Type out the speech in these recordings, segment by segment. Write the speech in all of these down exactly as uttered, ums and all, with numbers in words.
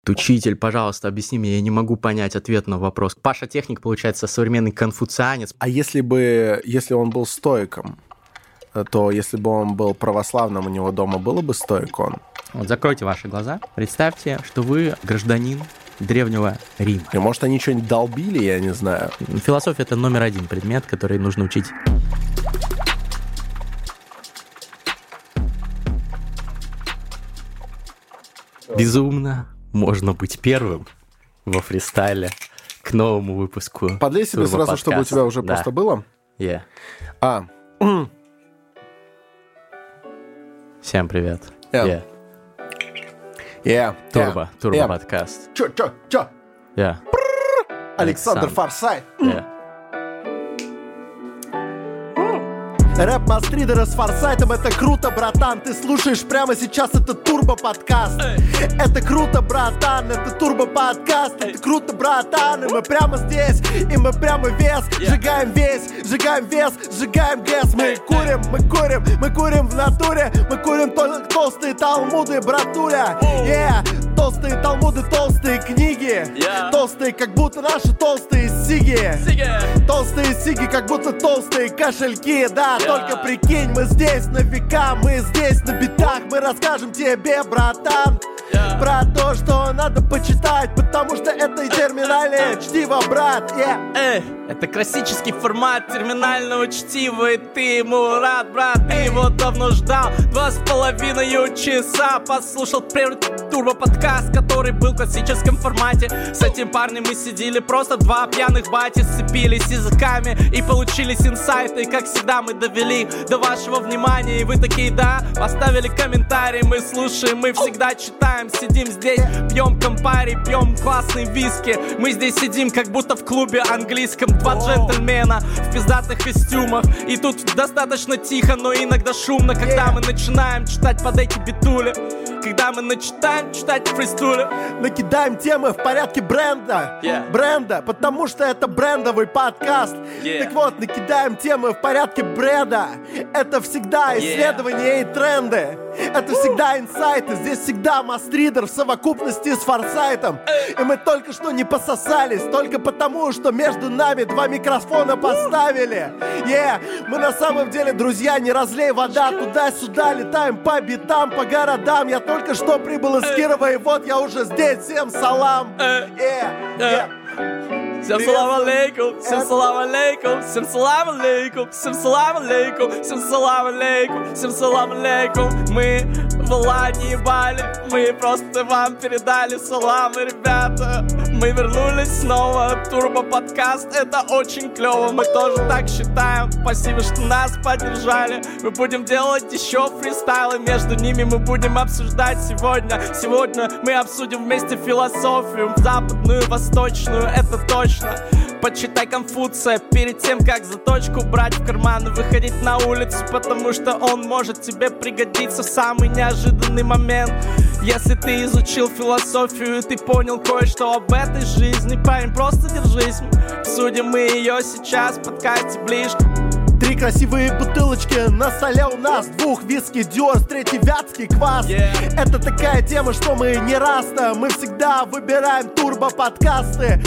Учитель, пожалуйста, объясни мне, я не могу понять ответ на вопрос. Паша Техник, получается, современный конфуцианец. А если бы, если он был стоиком, то если бы он был православным, у него дома было бы стоикон? Вот закройте ваши глаза, представьте, что вы гражданин древнего Рима. И может, они что-нибудь долбили, я не знаю. Философия — это номер один предмет, который нужно учить. Безумно можно быть первым во фристайле к новому выпуску. Подлей себе сразу, чтобы у тебя уже да. просто было. Yeah. А. Всем привет. Yeah. Yeah. Турбо, yeah. Турбо yeah. подкаст. Чё, чё, чё? Yeah. Александр Форсайт. Yeah. Рэп Мастридера с Форсайтом — это круто, братан. Ты слушаешь прямо сейчас этот турбо-подкаст. Это круто, братан, это турбо-подкаст. Это круто, братан, и мы прямо здесь, и мы прямо вес. Сжигаем весь, сжигаем вес, сжигаем гэс. Мы курим, мы курим, мы курим в натуре. Мы курим только толстые талмуды, братуля. Yeah. Толстые талмуды, толстые книги. Yeah. Толстые, как будто наши толстые сиги. Сиги. Толстые сиги, как будто толстые кошельки. Да, yeah. Только прикинь, мы здесь на века, мы здесь на битах. Мы расскажем тебе, братан, yeah. про то, что надо почитать, потому что это терминальное чтиво, брат. Yeah. Эй, это классический формат терминального чтива, и ты ему рад, брат. Ты его давно ждал. Два с половиной часа послушал первый турбо-подкаст, который был в классическом формате. С этим парнем мы сидели просто два пьяных бати, сцепились языками и получились инсайты. Как всегда мы довели до вашего внимания, и вы такие, да, поставили комментарий. Мы слушаем, мы всегда читаем, сидим здесь, пьем компари, пьем классные виски. Мы здесь сидим, как будто в клубе английском. Два джентльмена в пиздатых костюмах. И тут достаточно тихо, но иногда шумно, когда мы начинаем читать под эти битули. Когда мы начинаем читать фристули. Накидаем темы в порядке бренда. yeah. Бренда, потому что это брендовый подкаст. yeah. Так вот, накидаем темы в порядке бренда. Это всегда исследования yeah. и тренды. Это всегда инсайты. Здесь всегда Мастридер в совокупности с Форсайтом. И мы только что не пососались, только потому, что между нами два микрофона поставили. Yeah. Мы на самом деле, друзья, не разлей вода. Туда-сюда летаем по битам, по городам. Я только что прибыл из Кирова, и вот я уже здесь. Всем салам. Yeah. Yeah. Всем салам алейкум, всем салам алейкум, всем салам алейкум, всем салам алейкум, всем салам алейкум, всем салам алейкум. Мы в Алане ебали, мы просто вам передали саламы, ребята. Мы вернулись снова, турбо-подкаст, это очень клево, мы тоже так считаем. Спасибо, что нас поддержали. Мы будем делать еще фристайлы, между ними мы будем обсуждать сегодня. Сегодня мы обсудим вместе философию, западную, восточную, это точно. Почитай Конфуция перед тем, как заточку брать в карман и выходить на улицу, потому что он может тебе пригодиться в самый неожиданный момент. Если ты изучил философию и ты понял кое-что об этой жизни, парень, просто держись. Обсудим мы ее сейчас, подкасте ближе. Три красивые бутылочки на столе у нас. Двух виски Диор, третий вятский квас. yeah. Это такая тема, что мы не раз-то. Мы всегда выбираем турбо-подкасты.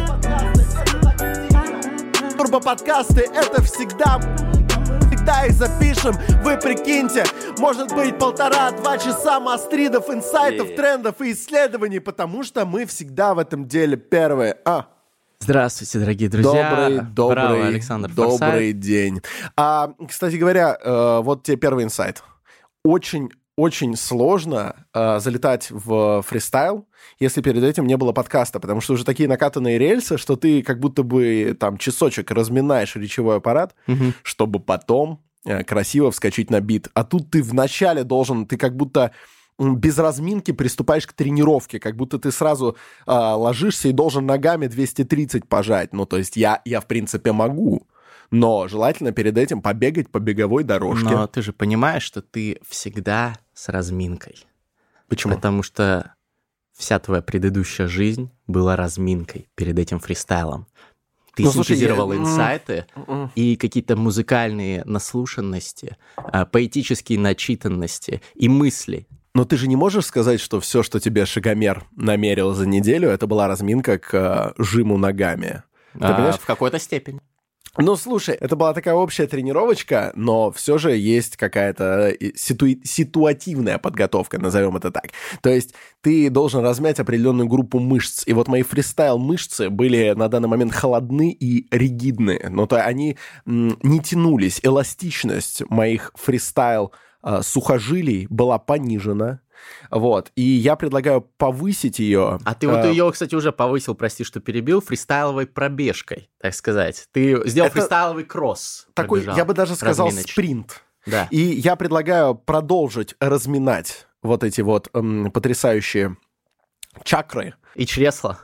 Турбо-подкасты — это всегда, всегда их запишем. Вы прикиньте, может быть полтора-два часа мастридов, инсайтов, yeah. трендов и исследований, потому что мы всегда в этом деле первые. А. Здравствуйте, дорогие друзья. Добрый, добрый, Браво, Александр добрый Форсайт. день. А, кстати говоря, э, вот тебе первый инсайт. Очень Очень сложно э, залетать в фристайл, если перед этим не было подкаста, потому что уже такие накатанные рельсы, что ты как будто бы там часочек разминаешь речевой аппарат, угу. чтобы потом э, красиво вскочить на бит. А тут ты вначале должен, ты как будто без разминки приступаешь к тренировке, как будто ты сразу э, ложишься и должен ногами двести тридцать пожать. Ну, то есть я, я в принципе могу. Но желательно перед этим побегать по беговой дорожке. Но ты же понимаешь, что ты всегда с разминкой. Почему? Потому что вся твоя предыдущая жизнь была разминкой перед этим фристайлом. Ты ну, синтезировал слушай, я... инсайты mm-hmm. и какие-то музыкальные наслушанности, поэтические начитанности и мысли. Но ты же не можешь сказать, что все, что тебе Шагомер намерил за неделю, это была разминка к э, жиму ногами. Ты а, понимаешь? В какой-то степени. Ну, слушай, это была такая общая тренировочка, но все же есть какая-то ситу... ситуативная подготовка, назовем это так. То есть ты должен размять определенную группу мышц. И вот мои фристайл-мышцы были на данный момент холодны и ригидны. Но то они м, не тянулись. Эластичность моих фристайл-сухожилий была понижена. Вот, и я предлагаю повысить ее. А ты вот ее, кстати, уже повысил, прости, что перебил, фристайловой пробежкой, так сказать. Ты сделал это фристайловый кросс. Такой, пробежал, я бы даже сказал, разминочный. спринт. Да. И я предлагаю продолжить разминать вот эти вот эм, потрясающие чакры. И чресла.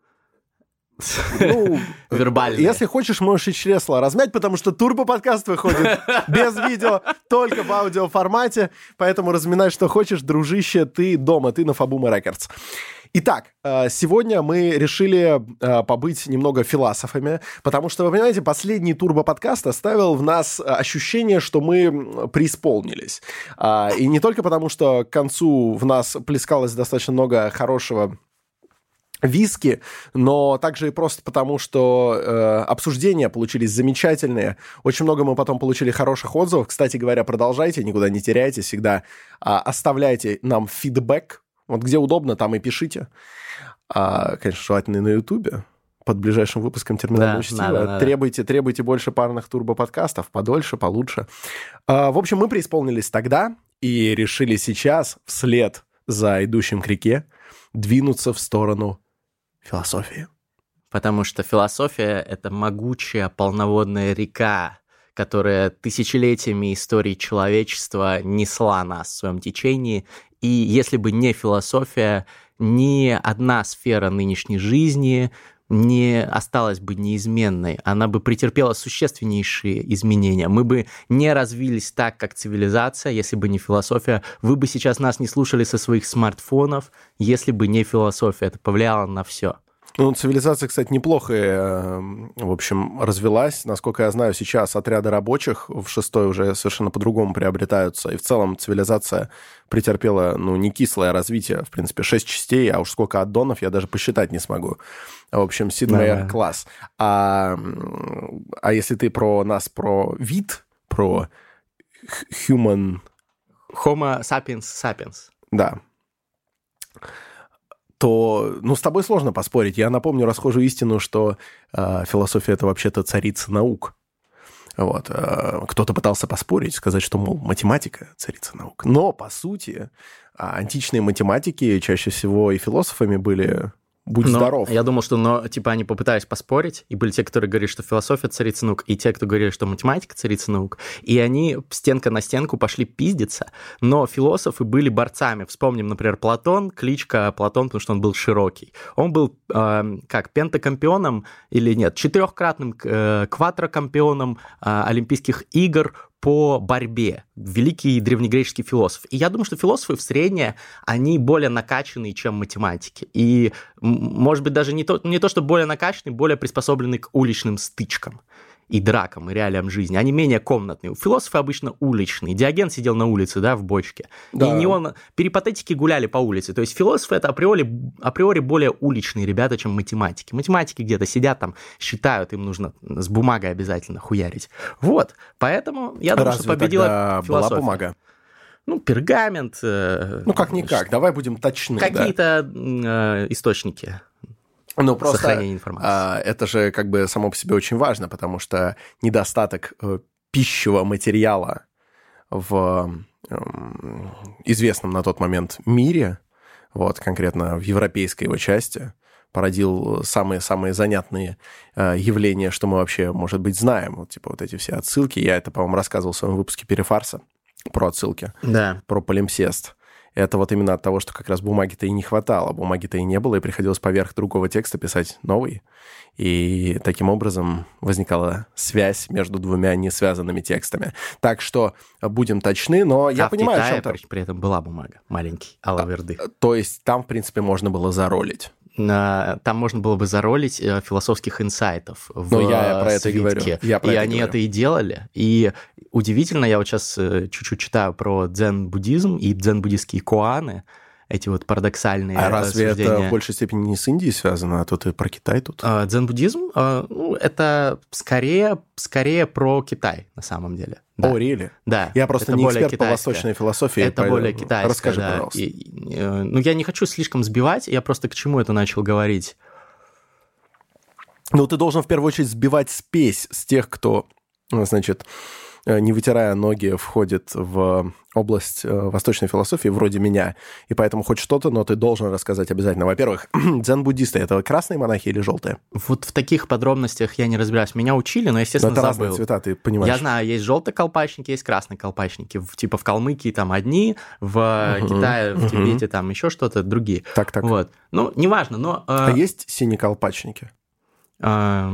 Ну, вербальные. Если хочешь, можешь и чресло размять, потому что турбо-подкаст выходит без видео, только в аудиоформате, поэтому разминай, что хочешь, дружище, ты дома, ты на Фабума Рекордс. Итак, сегодня мы решили побыть немного философами, потому что, вы понимаете, последний турбо-подкаст оставил в нас ощущение, что мы преисполнились. И не только потому, что к концу в нас плескалось достаточно много хорошего виски, но также и просто потому, что э, обсуждения получились замечательные. Очень много мы потом получили хороших отзывов. Кстати говоря, продолжайте, никуда не теряйте, всегда э, оставляйте нам фидбэк. Вот где удобно, там и пишите. А, конечно, желательно и на Ютубе. Под ближайшим выпуском терминального да, чтива. Надо, надо. Требуйте, требуйте больше парных турбо-подкастов, подольше, получше. А, в общем, мы преисполнились тогда и решили сейчас, вслед за идущим к реке, двинуться в сторону философии. Потому что философия — это могучая полноводная река, которая тысячелетиями истории человечества несла нас в своем течении. И если бы не философия, ни одна сфера нынешней жизни не осталась бы неизменной. Она бы претерпела существеннейшие изменения. Мы бы не развились так, как цивилизация, если бы не философия. Вы бы сейчас нас не слушали со своих смартфонов, если бы не философия. Это повлияло на все. Ну, цивилизация, кстати, неплохо, в общем, развилась. Насколько я знаю, сейчас отряды рабочих в шестой уже совершенно по-другому приобретаются. И в целом цивилизация претерпела, ну, не кислое развитие. В принципе, шесть частей, а уж сколько аддонов я даже посчитать не смогу. В общем, Сид Мейер класс. А, а если ты про нас, про вид, про human... Homo sapiens sapiens. Да. То, ну, с тобой сложно поспорить. Я напомню расхожую истину, что э, философия — это вообще-то царица наук. Вот. Э, кто-то пытался поспорить, сказать, что, мол, математика — царица наук. Но, по сути, античные математики чаще всего и философами были... Будь но здоров. Я думал, что, но, типа, они попытались поспорить, и были те, которые говорили, что философия царица наук, и те, кто говорили, что математика царица наук, и они стенка на стенку пошли пиздиться, но философы были борцами. Вспомним, например, Платон, кличка Платон, потому что он был широкий. Он был, э, как, пентакампионом, или нет, четырехкратным э, квадрокампионом э, Олимпийских игр по борьбе. Великий древнегреческий философ. И я думаю, что философы в среднее, они более накачанные, чем математики. И, может быть, даже не то, не то, что более накачанные, более приспособлены к уличным стычкам и дракам, и реалиям жизни. Они менее комнатные. Философы обычно уличные. Диоген сидел на улице, да, в бочке. Да. И не он... Перипатетики гуляли по улице. То есть философы — это априори, априори более уличные ребята, чем математики. Математики где-то сидят там, считают, им нужно с бумагой обязательно хуярить. Вот. Поэтому я думаю, Разве что победила тогда философия. Была бумага? Ну, пергамент. Э, ну, как-никак. Ш... Давай будем точны. Какие-то да. э, источники. Ну, просто сохранение информации. А, это же как бы само по себе очень важно, потому что недостаток э, пищевого материала в э, известном на тот момент мире, вот конкретно в европейской его части, породил самые-самые занятные э, явления, что мы вообще, может быть, знаем. Вот, типа вот эти все отсылки. Я это, по-моему, рассказывал в своем выпуске «Перефарса» про отсылки, да. про полимпсест. Это вот именно от того, что как раз бумаги-то и не хватало, бумаги-то и не было, и приходилось поверх другого текста писать новый. И таким образом возникала связь между двумя несвязанными текстами. Так что будем точны, но а я в понимаю, Китае о чем-то... при этом была бумага, маленький, алаверды. То есть там, в принципе, можно было заролить. там можно было бы заролить философских инсайтов в ну, я про это свитке. Говорю. Я про и это они говорю. это и делали. И удивительно, я вот сейчас чуть-чуть читаю про дзен-буддизм и дзен-буддистские коаны, эти вот парадоксальные А разве суждения. это в большей степени не с Индией связано, а то ты про Китай тут? Дзен-буддизм, ну, это скорее, скорее про Китай, на самом деле. Да. О, really? Да. Я просто не эксперт по восточной философии. Это более китайское, Расскажи, да. пожалуйста. И, ну, я не хочу слишком сбивать, я просто к чему это начал говорить. Ну, ты должен в первую очередь сбивать спесь с тех, кто, значит, не вытирая ноги, входит в область восточной философии, вроде меня, и поэтому хоть что-то, но ты должен рассказать обязательно. Во-первых, дзен-буддисты — это красные монахи или желтые? Вот в таких подробностях я не разбираюсь. Меня учили, но, естественно, но это забыл. разные цвета, ты понимаешь. Я знаю, есть желтые колпачники, есть красные колпачники. В, типа в Калмыкии там одни, в uh-huh, Китае, в uh-huh. Тибете там еще что-то, другие. Так, так. Вот. Ну, неважно, но... А э... есть синеколпачники? Э...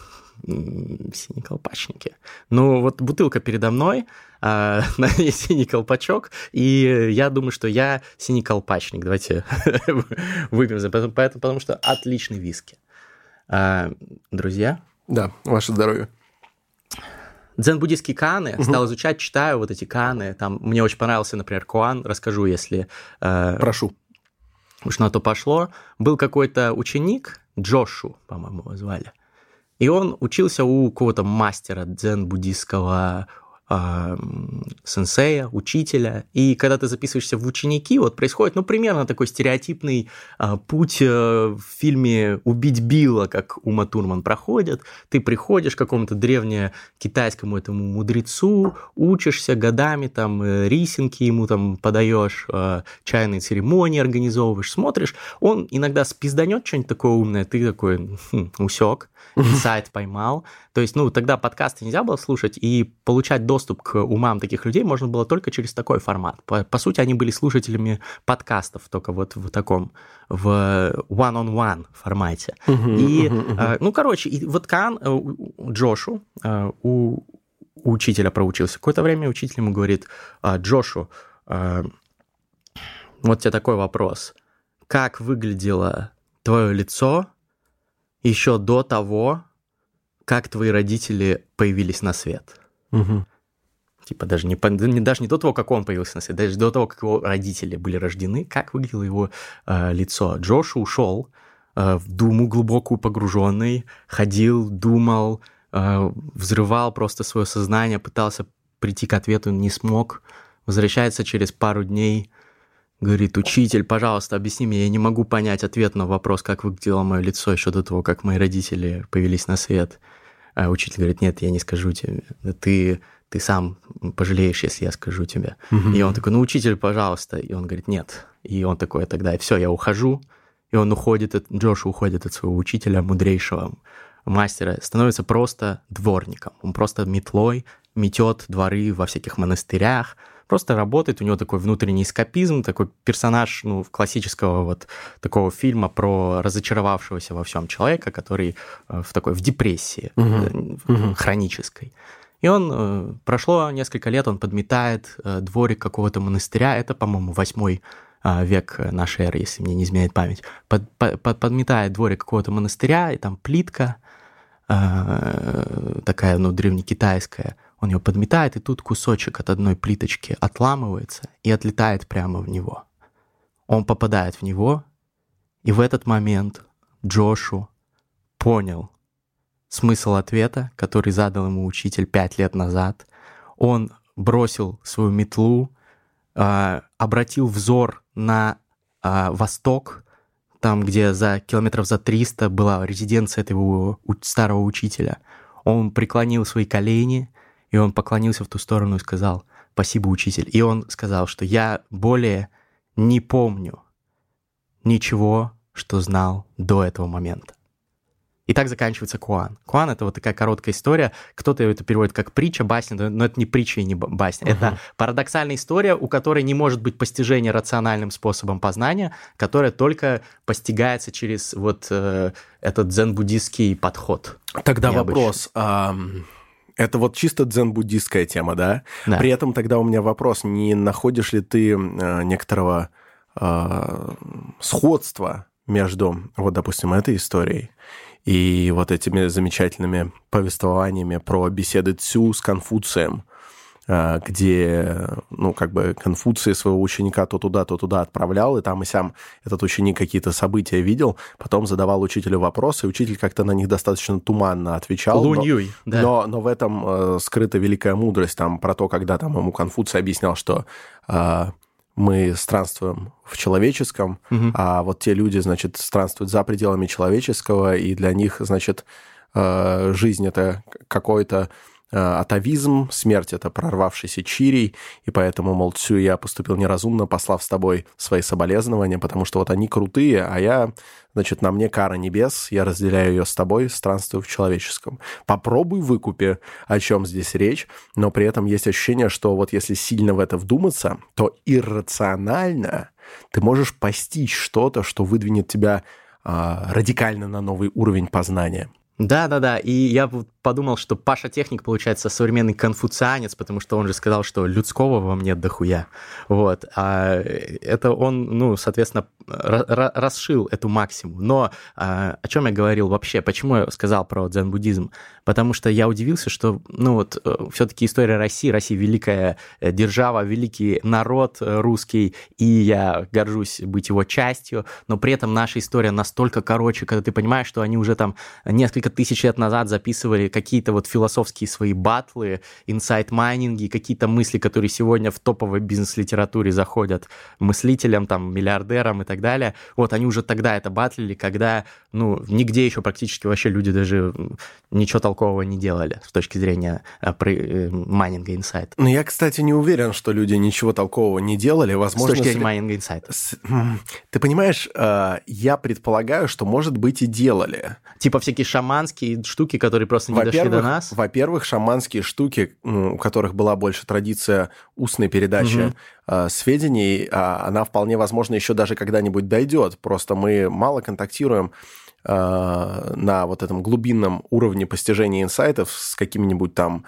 Синие колпачники. Ну, вот бутылка передо мной, а, есть синий колпачок, и я думаю, что я синий колпачник. Давайте выпьем за это, потому что отличный виски. А, друзья? Да, ваше здоровье. Дзен-буддистские коаны, угу. стал изучать, читаю вот эти коаны. Там мне очень понравился, например, коан, расскажу, если... Э, Прошу. Уж на то пошло. Был какой-то ученик, Джошу, по-моему, его звали. И он учился у какого-то мастера дзен-буддистского э, сенсея, учителя. И когда ты записываешься в ученики, вот происходит, ну, примерно такой стереотипный э, путь э, в фильме «Убить Билла», как Ума Турман проходит. Ты приходишь к какому-то древнекитайскому этому мудрецу, учишься годами, там, э, рисинки ему там подаешь, э, чайные церемонии организовываешь, смотришь. Он иногда спизданет что-нибудь такое умное, ты такой хм, усек. Инсайт поймал. То есть, ну, тогда подкасты нельзя было слушать, и получать доступ к умам таких людей можно было только через такой формат. По, по сути, они были слушателями подкастов, только вот в таком, в one-on-one формате. Uh-huh, и, uh-huh, uh-huh. ну, короче, и вот Каан, Джошу, у, у учителя проучился. Какое-то время учитель ему говорит: Джошу, вот тебе такой вопрос. Как выглядело твое лицо еще до того, как твои родители появились на свет? Угу. Типа даже не, даже не до того, как он появился на свет, даже до того, как его родители были рождены, как выглядело его э, лицо. Джошу ушел э, в думу глубокую погруженный, ходил, думал, э, взрывал просто свое сознание, пытался прийти к ответу, не смог. Возвращается через пару дней, говорит: учитель, пожалуйста, объясни мне, я не могу понять ответ на вопрос, как выглядело мое лицо еще до того, как мои родители появились на свет. А учитель говорит: нет, я не скажу тебе, ты, ты сам пожалеешь, если я скажу тебе. Mm-hmm. И он такой: ну, учитель, пожалуйста. И он говорит: нет. И он такой: тогда все, я ухожу. И он уходит, от, Джош уходит от своего учителя, мудрейшего мастера, становится просто дворником. Он просто метлой метет дворы во всяких монастырях, просто работает, у него такой внутренний эскапизм, такой персонаж, ну, классического вот такого фильма про разочаровавшегося во всем человека, который в такой, в депрессии uh-huh. Uh-huh. хронической. И он, прошло несколько лет, он подметает дворик какого-то монастыря, это, по-моему, восьмой век нашей эры, если мне не изменяет память, под, под, подметает дворик какого-то монастыря, и там плитка такая, ну, древнекитайская, он ее подметает, и тут кусочек от одной плиточки отламывается и отлетает прямо в него. Он попадает в него, и в этот момент Джошу понял смысл ответа, который задал ему учитель пять лет назад. Он бросил свою метлу, обратил взор на восток, там, где за километров за триста была резиденция этого старого учителя. Он преклонил свои колени, и он поклонился в ту сторону и сказал: спасибо, учитель. И он сказал, что я более не помню ничего, что знал до этого момента. И так заканчивается Куан. Куан — это вот такая короткая история. Кто-то это переводит как притча, басня, но это не притча и не басня. Uh-huh. Это парадоксальная история, у которой не может быть постижения рациональным способом познания, которая только постигается через вот э, этот дзен-буддистский подход. Тогда необычный. Вопрос... А... Это вот чисто дзен-буддистская тема, да? Да? При этом тогда у меня вопрос, не находишь ли ты э, некоторого э, сходства между, вот, допустим, этой историей и вот этими замечательными повествованиями про беседы Цю с Конфуцием, где, ну, как бы Конфуций своего ученика то туда, то туда отправлял, и там и сям этот ученик какие-то события видел, потом задавал учителю вопросы, и учитель как-то на них достаточно туманно отвечал. Лунь Юй, но, да. Но, но в этом э, скрыта великая мудрость, там, про то, когда там ему Конфуций объяснял, что э, мы странствуем в человеческом, угу. а вот те люди, значит, странствуют за пределами человеческого, и для них, значит, э, жизнь — это какой-то атавизм, смерть — это прорвавшийся чирий, и поэтому, мол, Цю, я поступил неразумно, послав с тобой свои соболезнования, потому что вот они крутые, а я, значит, на мне кара небес, я разделяю ее с тобой, странствую в человеческом. Попробуй выкупи, о чем здесь речь, но при этом есть ощущение, что вот если сильно в это вдуматься, то иррационально ты можешь постичь что-то, что выдвинет тебя а, радикально на новый уровень познания. Да-да-да, и я подумал, что Паша Техник, получается, современный конфуцианец, потому что он же сказал, что людского во мне дохуя. Вот. А это он, ну, соответственно, расшил эту максимум. Но а, о чем я говорил вообще? Почему я сказал про дзен-буддизм? Потому что я удивился, что, ну, вот, все-таки история России, Россия великая держава, великий народ русский, и я горжусь быть его частью, но при этом наша история настолько короче, когда ты понимаешь, что они уже там несколько тысяч лет назад записывали какие-то вот философские свои батлы, инсайт-майнинги, какие-то мысли, которые сегодня в топовой бизнес-литературе заходят мыслителям, там, миллиардерам и так далее. Вот, они уже тогда это батлили, когда, ну, нигде еще практически вообще люди даже ничего толкового не делали с точки зрения а, при, э, майнинга инсайт. Ну, я, кстати, не уверен, что люди ничего толкового не делали. Возможно, с точки зрения с... майнинга инсайт. С... Ты понимаешь, я предполагаю, что, может быть, и делали. Типа всякие шаманские штуки, которые просто не дошли до нас? Во-первых, шаманские штуки, у которых была больше традиция устной передачи угу. сведений, она вполне возможно еще даже когда-нибудь дойдет. Просто мы мало контактируем на вот этом глубинном уровне постижения инсайтов с какими-нибудь там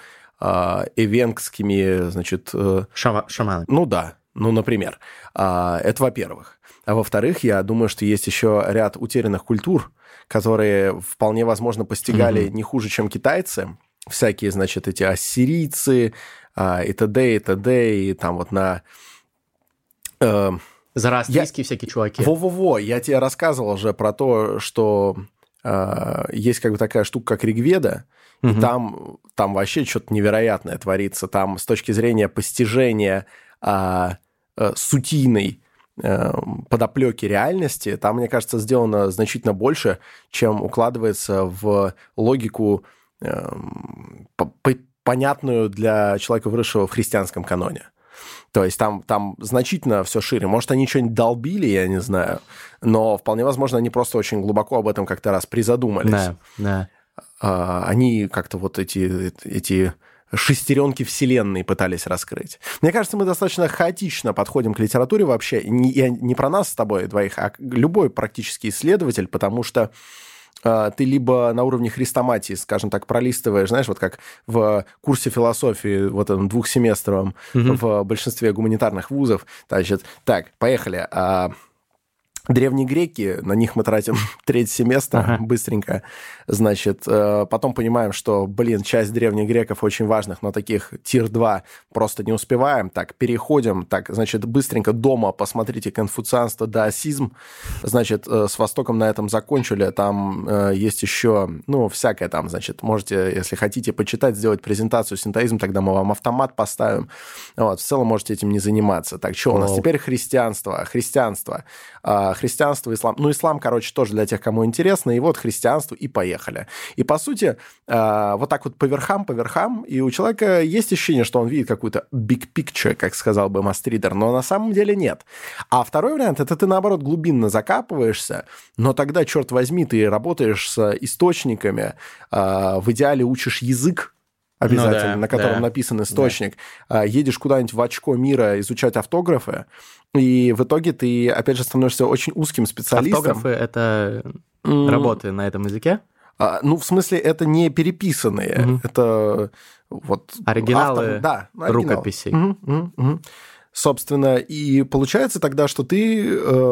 эвенкскими, значит... Шама- шаманами. Ну да, ну, например. Это во-первых. А во-вторых, я думаю, что есть еще ряд утерянных культур, которые вполне возможно постигали mm-hmm. не хуже, чем китайцы. Всякие, значит, эти ассирийцы и т.д., и т.д., и там вот на... Э, Зороастрийские я... всякие чуваки. Во-во-во, я тебе рассказывал уже про то, что э, есть как бы такая штука, как Ригведа, mm-hmm. и там, там вообще что-то невероятное творится. Там с точки зрения постижения э, э, сутийной подоплеки реальности, там, мне кажется, сделано значительно больше, чем укладывается в логику, э, понятную для человека, выросшего в христианском каноне. То есть там, там значительно все шире. Может, они что-нибудь долбили, я не знаю, но вполне возможно, они просто очень глубоко об этом как-то раз призадумались. Да, да. А, они как-то вот эти... эти шестеренки вселенной пытались раскрыть. Мне кажется, мы достаточно хаотично подходим к литературе вообще. Не, я не про нас с тобой двоих, а любой практически исследователь, потому что э, ты либо на уровне хрестоматии, скажем так, пролистываешь, знаешь, вот как в курсе философии, вот этом двухсеместровом, mm-hmm. в большинстве гуманитарных вузов. Значит, так, поехали. Древние греки, на них мы тратим треть семестра, ага. быстренько. Значит, потом понимаем, что, блин, часть древних греков очень важных, но таких тир-два просто не успеваем. Так, переходим. Так, значит, быстренько дома посмотрите конфуцианство, даосизм. Значит, с Востоком на этом закончили. Там есть еще, ну, всякое там, значит, можете, если хотите, почитать, сделать презентацию синтоизм, тогда мы вам автомат поставим. Вот, в целом можете этим не заниматься. Так, что у нас теперь христианство? Христианство. Христианство, ислам. Ну, ислам, короче, тоже для тех, кому интересно. И вот христианство, и поехали. И, по сути, вот так вот по верхам, по верхам, и у человека есть ощущение, что он видит какую-то big picture, как сказал бы Мастридер, но на самом деле нет. А второй вариант, это ты, наоборот, глубинно закапываешься, но тогда, черт возьми, ты работаешь с источниками, в идеале учишь язык, обязательно, ну, да, на котором да. написан источник, да. едешь куда-нибудь в очко мира изучать автографы, и в итоге ты, опять же, становишься очень узким специалистом. Автографы — это mm. работы на этом языке? А, ну, в смысле, это не переписанные, mm-hmm. это вот... Оригиналы автор, да, оригинал. рукописей. Mm-hmm, mm-hmm. Собственно, и получается тогда, что ты... Э,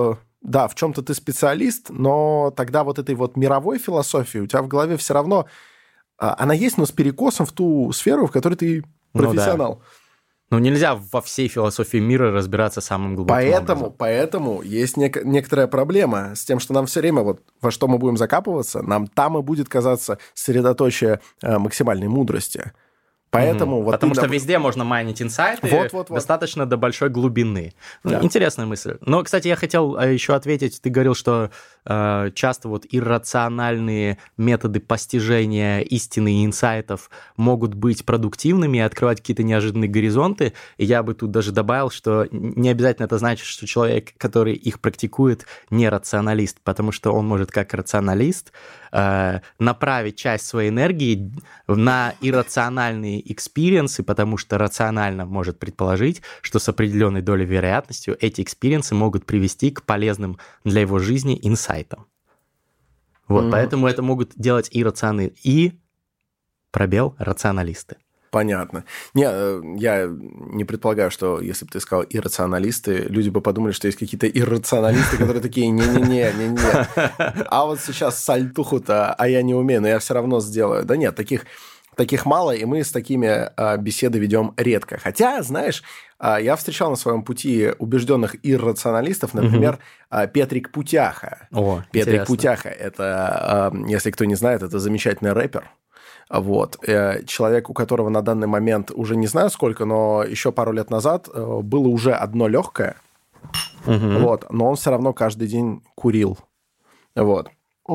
да, в чем-то ты специалист, но тогда вот этой вот мировой философии у тебя в голове все равно... Она есть, но с перекосом в ту сферу, в которой ты профессионал. Ну, да. Ну, нельзя во всей философии мира разбираться самым глубоким поэтому, образом. Поэтому есть нек- некоторая проблема с тем, что нам все время, вот во что мы будем закапываться, нам там и будет казаться средоточие э, максимальной мудрости. Поэтому угу. вот Потому что именно... везде можно майнить инсайты, вот, вот, вот. достаточно до большой глубины. Да. Интересная мысль. Но, кстати, я хотел еще ответить. Ты говорил, что э, часто вот иррациональные методы постижения истины и инсайтов могут быть продуктивными и открывать какие-то неожиданные горизонты. И я бы тут даже добавил, что не обязательно это значит, что человек, который их практикует, не рационалист, потому что он может как рационалист э, направить часть своей энергии на иррациональные экспириенсы, потому что рационально может предположить, что с определенной долей вероятностью эти экспириенсы могут привести к полезным для его жизни инсайтам. Вот, mm-hmm. поэтому это могут делать и рационалисты, и пробел рационалисты. Понятно. Не, я не предполагаю, что если бы ты сказал иррационалисты, люди бы подумали, что есть какие-то иррационалисты, которые такие, не-не-не, не-не. А вот сейчас сальтуху-то, а я не умею, но я все равно сделаю. Да нет, таких... Таких мало, и мы с такими а, беседы ведем редко. Хотя, знаешь, а, я встречал на своем пути убежденных иррационалистов, например, угу. а, Петрик Путяха. О, Петрик интересно. Путяха – это, а, если кто не знает, это замечательный рэпер. Вот. Человек, у которого на данный момент уже не знаю сколько, но еще пару лет назад было уже одно легкое, угу. вот, но он все равно каждый день курил. Вот.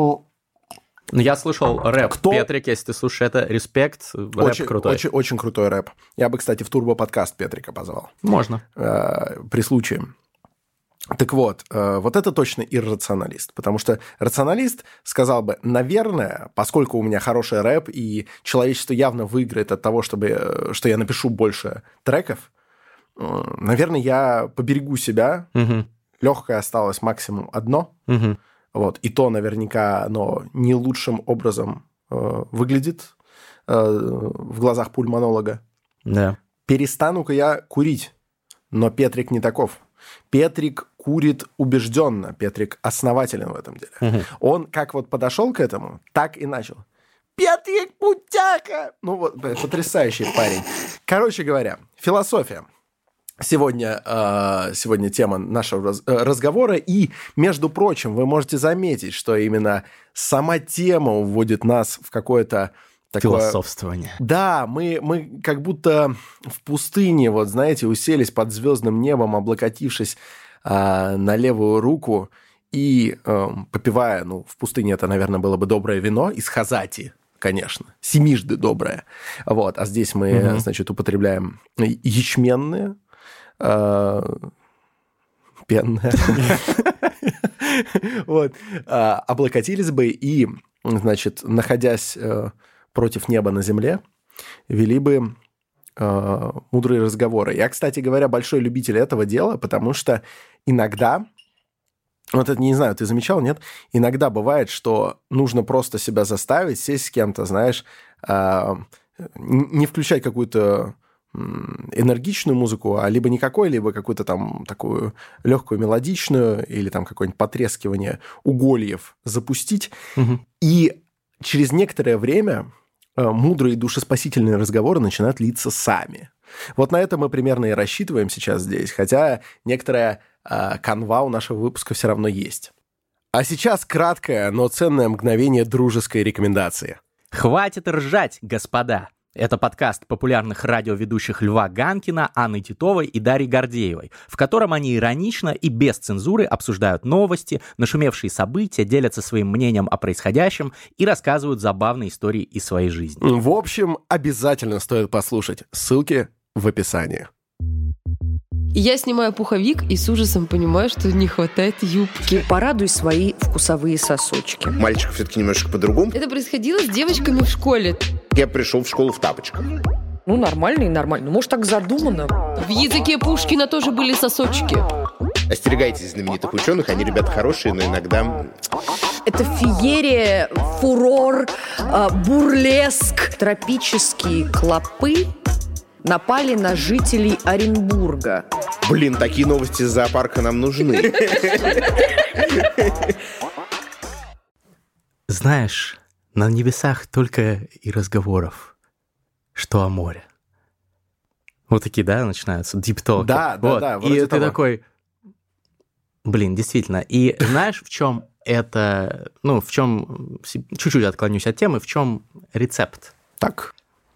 Ну, я слушал рэп. Кто? Петрик, если ты слушаешь это, респект, рэп очень, крутой. Очень, очень крутой рэп. Я бы, кстати, в турбо-подкаст Петрика позвал. Можно. Э, при случае. Так вот, э, вот это точно иррационалист. Потому что рационалист сказал бы, наверное, поскольку у меня хороший рэп, и человечество явно выиграет от того, чтобы, что я напишу больше треков, э, наверное, я поберегу себя. Угу. Легкое осталось максимум одно. Угу. Вот. И то наверняка оно не лучшим образом э, выглядит э, в глазах пульмонолога. Да. Перестану-ка я курить. Но Петрик не таков. Петрик курит убежденно. Петрик основателен в этом деле. Угу. Он как вот подошел к этому, так и начал. Петрик Путяха! Ну вот, потрясающий парень. Короче говоря, философия. Сегодня, сегодня тема нашего разговора, и, между прочим, вы можете заметить, что именно сама тема уводит нас в какое-то такое... Философствование. Да, мы, мы как будто в пустыне, вот знаете, уселись под звездным небом, облокотившись а, на левую руку и а, попивая, ну, в пустыне это, наверное, было бы доброе вино из хазати, конечно, семижды доброе. Вот, а здесь мы, угу. значит, употребляем ячменные, пенная. Вот. Облокотились бы и, значит, находясь против неба на земле, вели бы мудрые разговоры. Я, кстати говоря, большой любитель этого дела, потому что иногда, вот это не знаю, ты замечал, нет? Иногда бывает, что нужно просто себя заставить, сесть с кем-то, знаешь, не включать какую-то энергичную музыку, а либо никакой, либо какую-то там такую легкую мелодичную или там какое-нибудь потрескивание угольев запустить. Угу. И через некоторое время мудрые душеспасительные разговоры начинают литься сами. Вот на это мы примерно и рассчитываем сейчас здесь, хотя некоторая э, канва у нашего выпуска все равно есть. А сейчас краткое, но ценное мгновение дружеской рекомендации. Хватит ржать, господа! Это подкаст популярных радиоведущих Льва Ганкина, Анны Титовой и Дарьи Гордеевой, в котором они иронично и без цензуры обсуждают новости, нашумевшие события, делятся своим мнением о происходящем и рассказывают забавные истории из своей жизни. В общем, обязательно стоит послушать. Ссылки в описании. Я снимаю пуховик и с ужасом понимаю, что не хватает юбки. Порадуй свои вкусовые сосочки. Мальчик все-таки немножечко по-другому. Это происходило с девочками в школе. Я пришел в школу в тапочках. Ну, нормально и нормально. Ну, может, так задумано. В языке Пушкина тоже были сосочки. Остерегайтесь знаменитых ученых, они ребята хорошие, но иногда... Это феерия, фурор, э, бурлеск. Тропические клопы напали на жителей Оренбурга. Блин, такие новости из зоопарка нам нужны. Знаешь, на небесах только и разговоров, что о море. Вот такие, да, начинаются, deep talk. Да, да, вот. да. И ты того. такой, блин, действительно. И знаешь, в чем это, ну, в чем, чуть-чуть отклонюсь от темы, в чем рецепт? Так.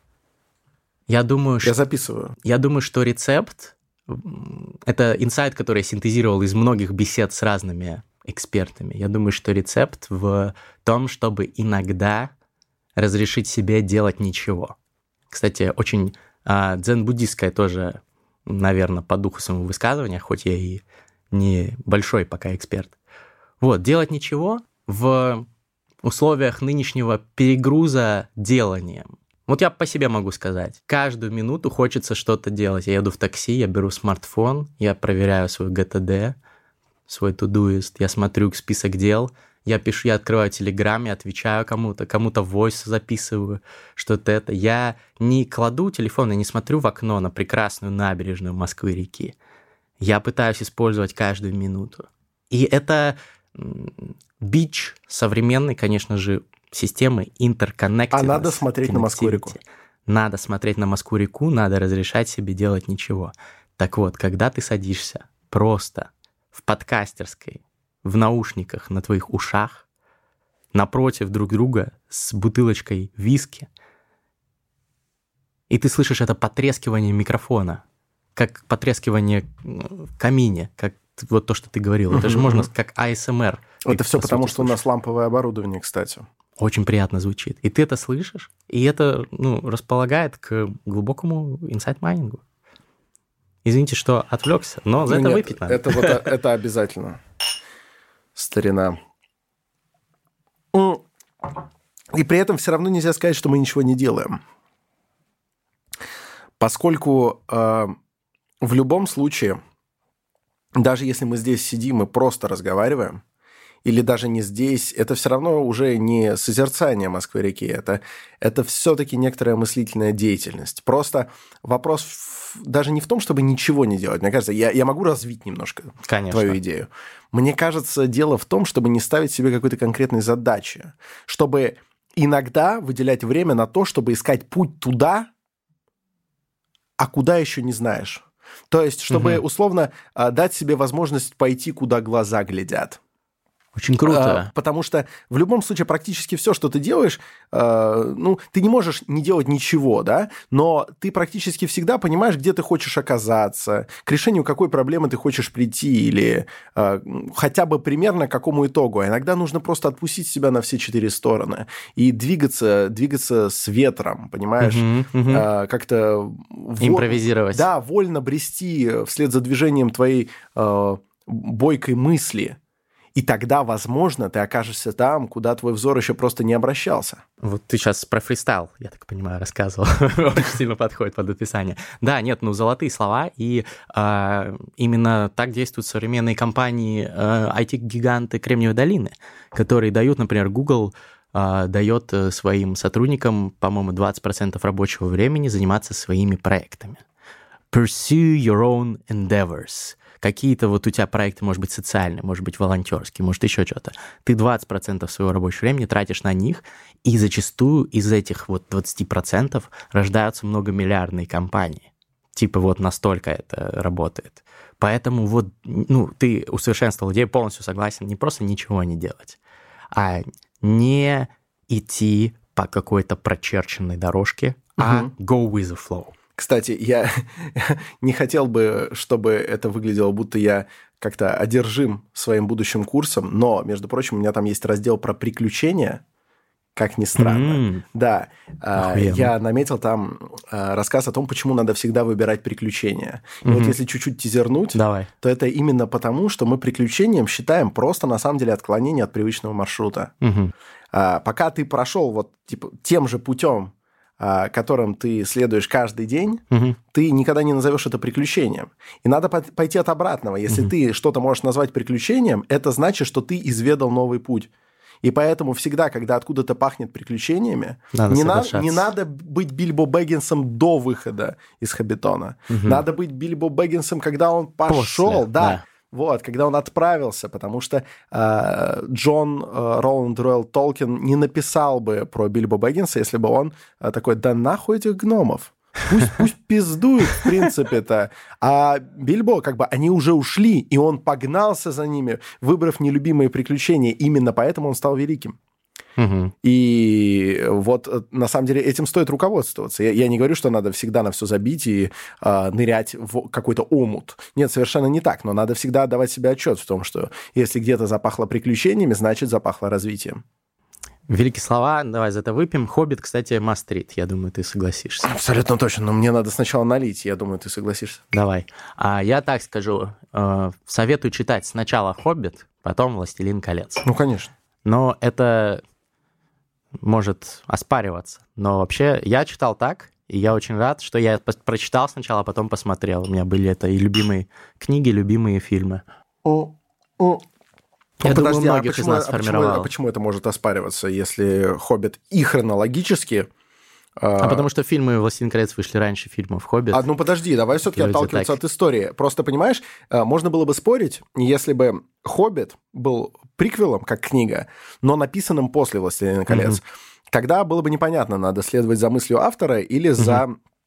Я думаю, Я что... записываю. Я думаю, что рецепт — это инсайт, который я синтезировал из многих бесед с разными экспертами. Я думаю, что рецепт в том, чтобы иногда разрешить себе делать ничего. Кстати, очень а, дзен-буддистское тоже, наверное, по духу своего высказывания, хоть я и не большой пока эксперт. Вот, делать ничего в условиях нынешнего перегруза деланием. Вот я по себе могу сказать. Каждую минуту хочется что-то делать. Я еду в такси, я беру смартфон, я проверяю свой джи ти ди, свой Todoist, я смотрю список дел, я пишу, я открываю Telegram, я отвечаю кому-то, кому-то войс записываю, что-то это. Я не кладу телефон, я не смотрю в окно на прекрасную набережную Москвы-реки. Я пытаюсь использовать каждую минуту. И это бич современной, конечно же, системы интерконнективности. А надо смотреть на Москву-реку. Надо смотреть на Москву-реку, надо разрешать себе делать ничего. Так вот, когда ты садишься просто в подкастерской, в наушниках на твоих ушах, напротив друг друга с бутылочкой виски, и ты слышишь это потрескивание микрофона, как потрескивание в камине, как вот то, что ты говорил. Это же можно как эй эс эм ар. Это все потому, что у нас ламповое оборудование, кстати. Очень приятно звучит. И ты это слышишь, и это, ну, располагает к глубокому инсайт-майнингу. Извините, что отвлекся, но за ну, это нет, выпить надо. Это, вот, это обязательно. Старина. И при этом все равно нельзя сказать, что мы ничего не делаем. Поскольку э, в любом случае, даже если мы здесь сидим и просто разговариваем, или даже не здесь, это все равно уже не созерцание Москвы-реки, это, это все-таки некоторая мыслительная деятельность. Просто вопрос в, даже не в том, чтобы ничего не делать. Мне кажется, я, я могу развить немножко Конечно. твою идею. Мне кажется, дело в том, чтобы не ставить себе какой-то конкретной задачи, чтобы иногда выделять время на то, чтобы искать путь туда, а куда еще не знаешь. То есть, чтобы, угу. условно, дать себе возможность пойти, куда глаза глядят. Очень круто. А, потому что в любом случае практически все, что ты делаешь, э, ну, ты не можешь не делать ничего, да, но ты практически всегда понимаешь, где ты хочешь оказаться, к решению какой проблемы ты хочешь прийти или э, хотя бы примерно к какому итогу. А иногда нужно просто отпустить себя на все четыре стороны и двигаться, двигаться с ветром, понимаешь? Угу, угу. Э, как-то... Импровизировать. Да, вольно брести вслед за движением твоей э, бойкой мысли. И тогда, возможно, ты окажешься там, куда твой взор еще просто не обращался. Вот ты сейчас про фристайл, я так понимаю, рассказывал. Очень сильно подходит под описание. Да, нет, ну, золотые слова. И э, именно так действуют современные компании, э, ай ти-гиганты Кремниевой долины, которые дают, например, Google э, дает своим сотрудникам, по-моему, двадцать процентов рабочего времени заниматься своими проектами. Pursue your own endeavors. Какие-то вот у тебя проекты, может быть, социальные, может быть, волонтерские, может, еще что-то. Ты двадцать процентов своего рабочего времени тратишь на них, и зачастую из этих вот двадцать процентов рождаются многомиллиардные компании. Типа вот настолько это работает. Поэтому вот, ну, ты усовершенствовал идею, полностью согласен, не просто ничего не делать, а не идти по какой-то прочерченной дорожке, угу. а go with the flow. Кстати, я не хотел бы, чтобы это выглядело, будто я как-то одержим своим будущим курсом, но, между прочим, у меня там есть раздел про приключения, как ни странно. Mm. Да, Охуенно. Я наметил там рассказ о том, почему надо всегда выбирать приключения. И mm-hmm. вот если чуть-чуть тизернуть, Давай. то это именно потому, что мы приключением считаем просто, на самом деле, отклонение от привычного маршрута. Mm-hmm. Пока ты прошел вот типа тем же путем, которым ты следуешь каждый день, угу. ты никогда не назовешь это приключением. И надо пойти от обратного. Если угу. ты что-то можешь назвать приключением, это значит, что ты изведал новый путь. И поэтому всегда, когда откуда-то пахнет приключениями, надо не, на, не надо быть Бильбо Бэггинсом до выхода из «Хоббитона». Угу. Надо быть Бильбо Бэггинсом, когда он пошел, После, да. да. Вот, когда он отправился, потому что э, Джон э, Роланд Руэлл Толкин не написал бы про Бильбо Бэггинса, если бы он э, такой, да нахуй этих гномов. Пусть, пусть пиздуют, в принципе-то. А Бильбо, как бы, они уже ушли, и он погнался за ними, выбрав нелюбимые приключения. Именно поэтому он стал великим. Угу. И вот, на самом деле, этим стоит руководствоваться. Я, я не говорю, что надо всегда на все забить и э, нырять в какой-то омут. Нет, совершенно не так. Но надо всегда отдавать себе отчет в том, что если где-то запахло приключениями, значит, запахло развитием. Великие слова, давай за это выпьем. «Хоббит», кстати, must-read, я думаю, ты согласишься. Абсолютно точно, но мне надо сначала налить, я думаю, ты согласишься. Давай. А я так скажу, э, советую читать сначала «Хоббит», потом «Властелин колец». Ну, конечно. Но это может оспариваться. Но вообще я читал так, и я очень рад, что я прочитал сначала, а потом посмотрел. У меня были это и любимые книги, любимые фильмы. О, о. Я ну, думаю, подожди, многих а почему, из нас а, почему, сформировал. а почему это может оспариваться, если «Хоббит» и хронологически... А, а потому что фильмы «Властелин колец» вышли раньше фильмов «Хоббит». А, ну подожди, давай все-таки отталкиваться так. от истории. Просто, понимаешь, можно было бы спорить, если бы «Хоббит» был приквелом, как книга, но написанным после «Властелина колец». Mm-hmm. Тогда было бы непонятно, надо следовать за мыслью автора или mm-hmm. за...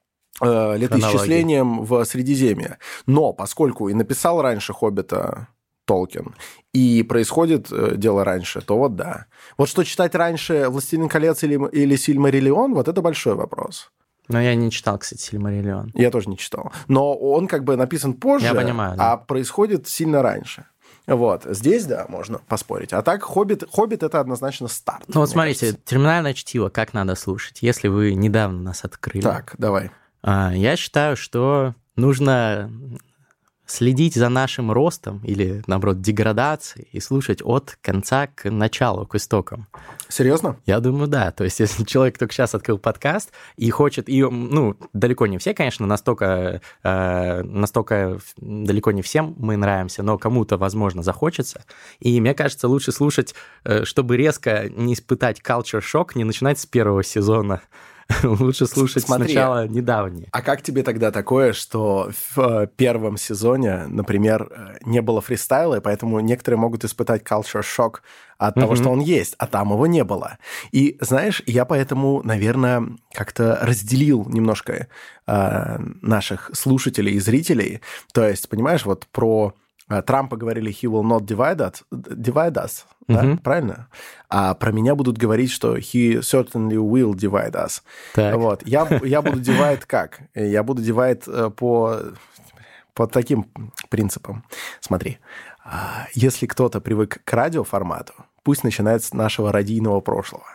э, летоисчислением в Средиземье. Но поскольку и написал раньше «Хоббита» Толкин, и происходит э, дело раньше, то вот да. Вот что читать раньше «Властелин колец» или, или «Сильмариллион», вот это большой вопрос. Но я не читал, кстати, «Сильмариллион». Я тоже не читал. Но он как бы написан позже, я понимаю, да. а происходит сильно раньше. Вот. Здесь, да, можно поспорить. А так, «Хоббит», «Хоббит» — это однозначно старт. Ну вот смотрите, кажется. «Терминальное чтиво» как надо слушать, если вы недавно нас открыли? Так, давай. Я считаю, что нужно следить за нашим ростом или, наоборот, деградацией и слушать от конца к началу, к истокам. Серьезно? Я думаю, да. То есть, если человек только сейчас открыл подкаст и хочет... И, ну, далеко не все, конечно, настолько, э, настолько далеко не всем мы нравимся, но кому-то, возможно, захочется. И мне кажется, лучше слушать, чтобы резко не испытать culture shock, не начинать с первого сезона. Лучше слушать Смотри, сначала недавние. А как тебе тогда такое, что в первом сезоне, например, не было фристайла, и поэтому некоторые могут испытать culture shock от mm-hmm. того, что он есть, а там его не было. И, знаешь, я поэтому, наверное, как-то разделил немножко э, наших слушателей и зрителей. То есть, понимаешь, вот про... Трампа говорили «he will not divide us», divide us mm-hmm. да? Правильно? А про меня будут говорить, что «he certainly will divide us». Так. Вот. Я, я буду divide как? Я буду divide по, по таким принципам. Смотри, если кто-то привык к радиоформату, пусть начинает с нашего радийного прошлого.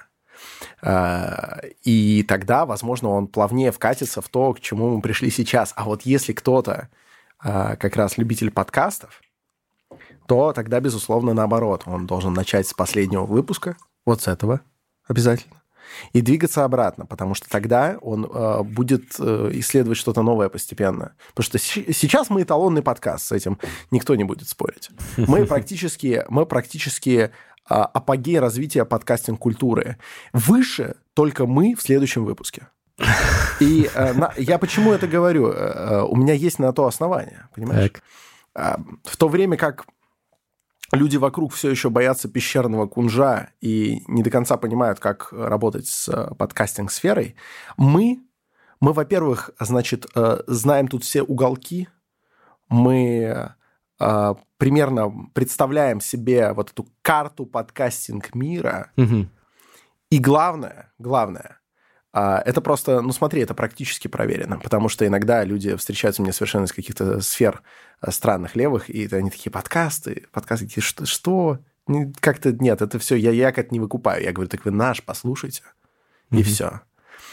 И тогда, возможно, он плавнее вкатится в то, к чему мы пришли сейчас. А вот если кто-то как раз любитель подкастов, то тогда, безусловно, наоборот. Он должен начать с последнего выпуска, вот с этого обязательно, и двигаться обратно, потому что тогда он э, будет э, исследовать что-то новое постепенно. Потому что с- сейчас мы эталонный подкаст, с этим никто не будет спорить. Мы практически, мы практически э, апогей развития подкастинг-культуры. Выше только мы в следующем выпуске. И э, на, я почему это говорю? Э, у меня есть на то основание, понимаешь? Э, в то время как люди вокруг все еще боятся пещерного кунжа и не до конца понимают, как работать с подкастинг-сферой, мы, мы, во-первых, значит, э, знаем тут все уголки, мы э, примерно представляем себе вот эту карту подкастинг-мира, mm-hmm. и главное, главное, это просто, ну смотри, это практически проверено, потому что иногда люди встречаются мне совершенно из каких-то сфер странных левых, и они такие, подкасты, подкасты, такие, что? что? Как-то нет, это все, я, я как-то не выкупаю. Я говорю, так вы наш, послушайте, mm-hmm. и все.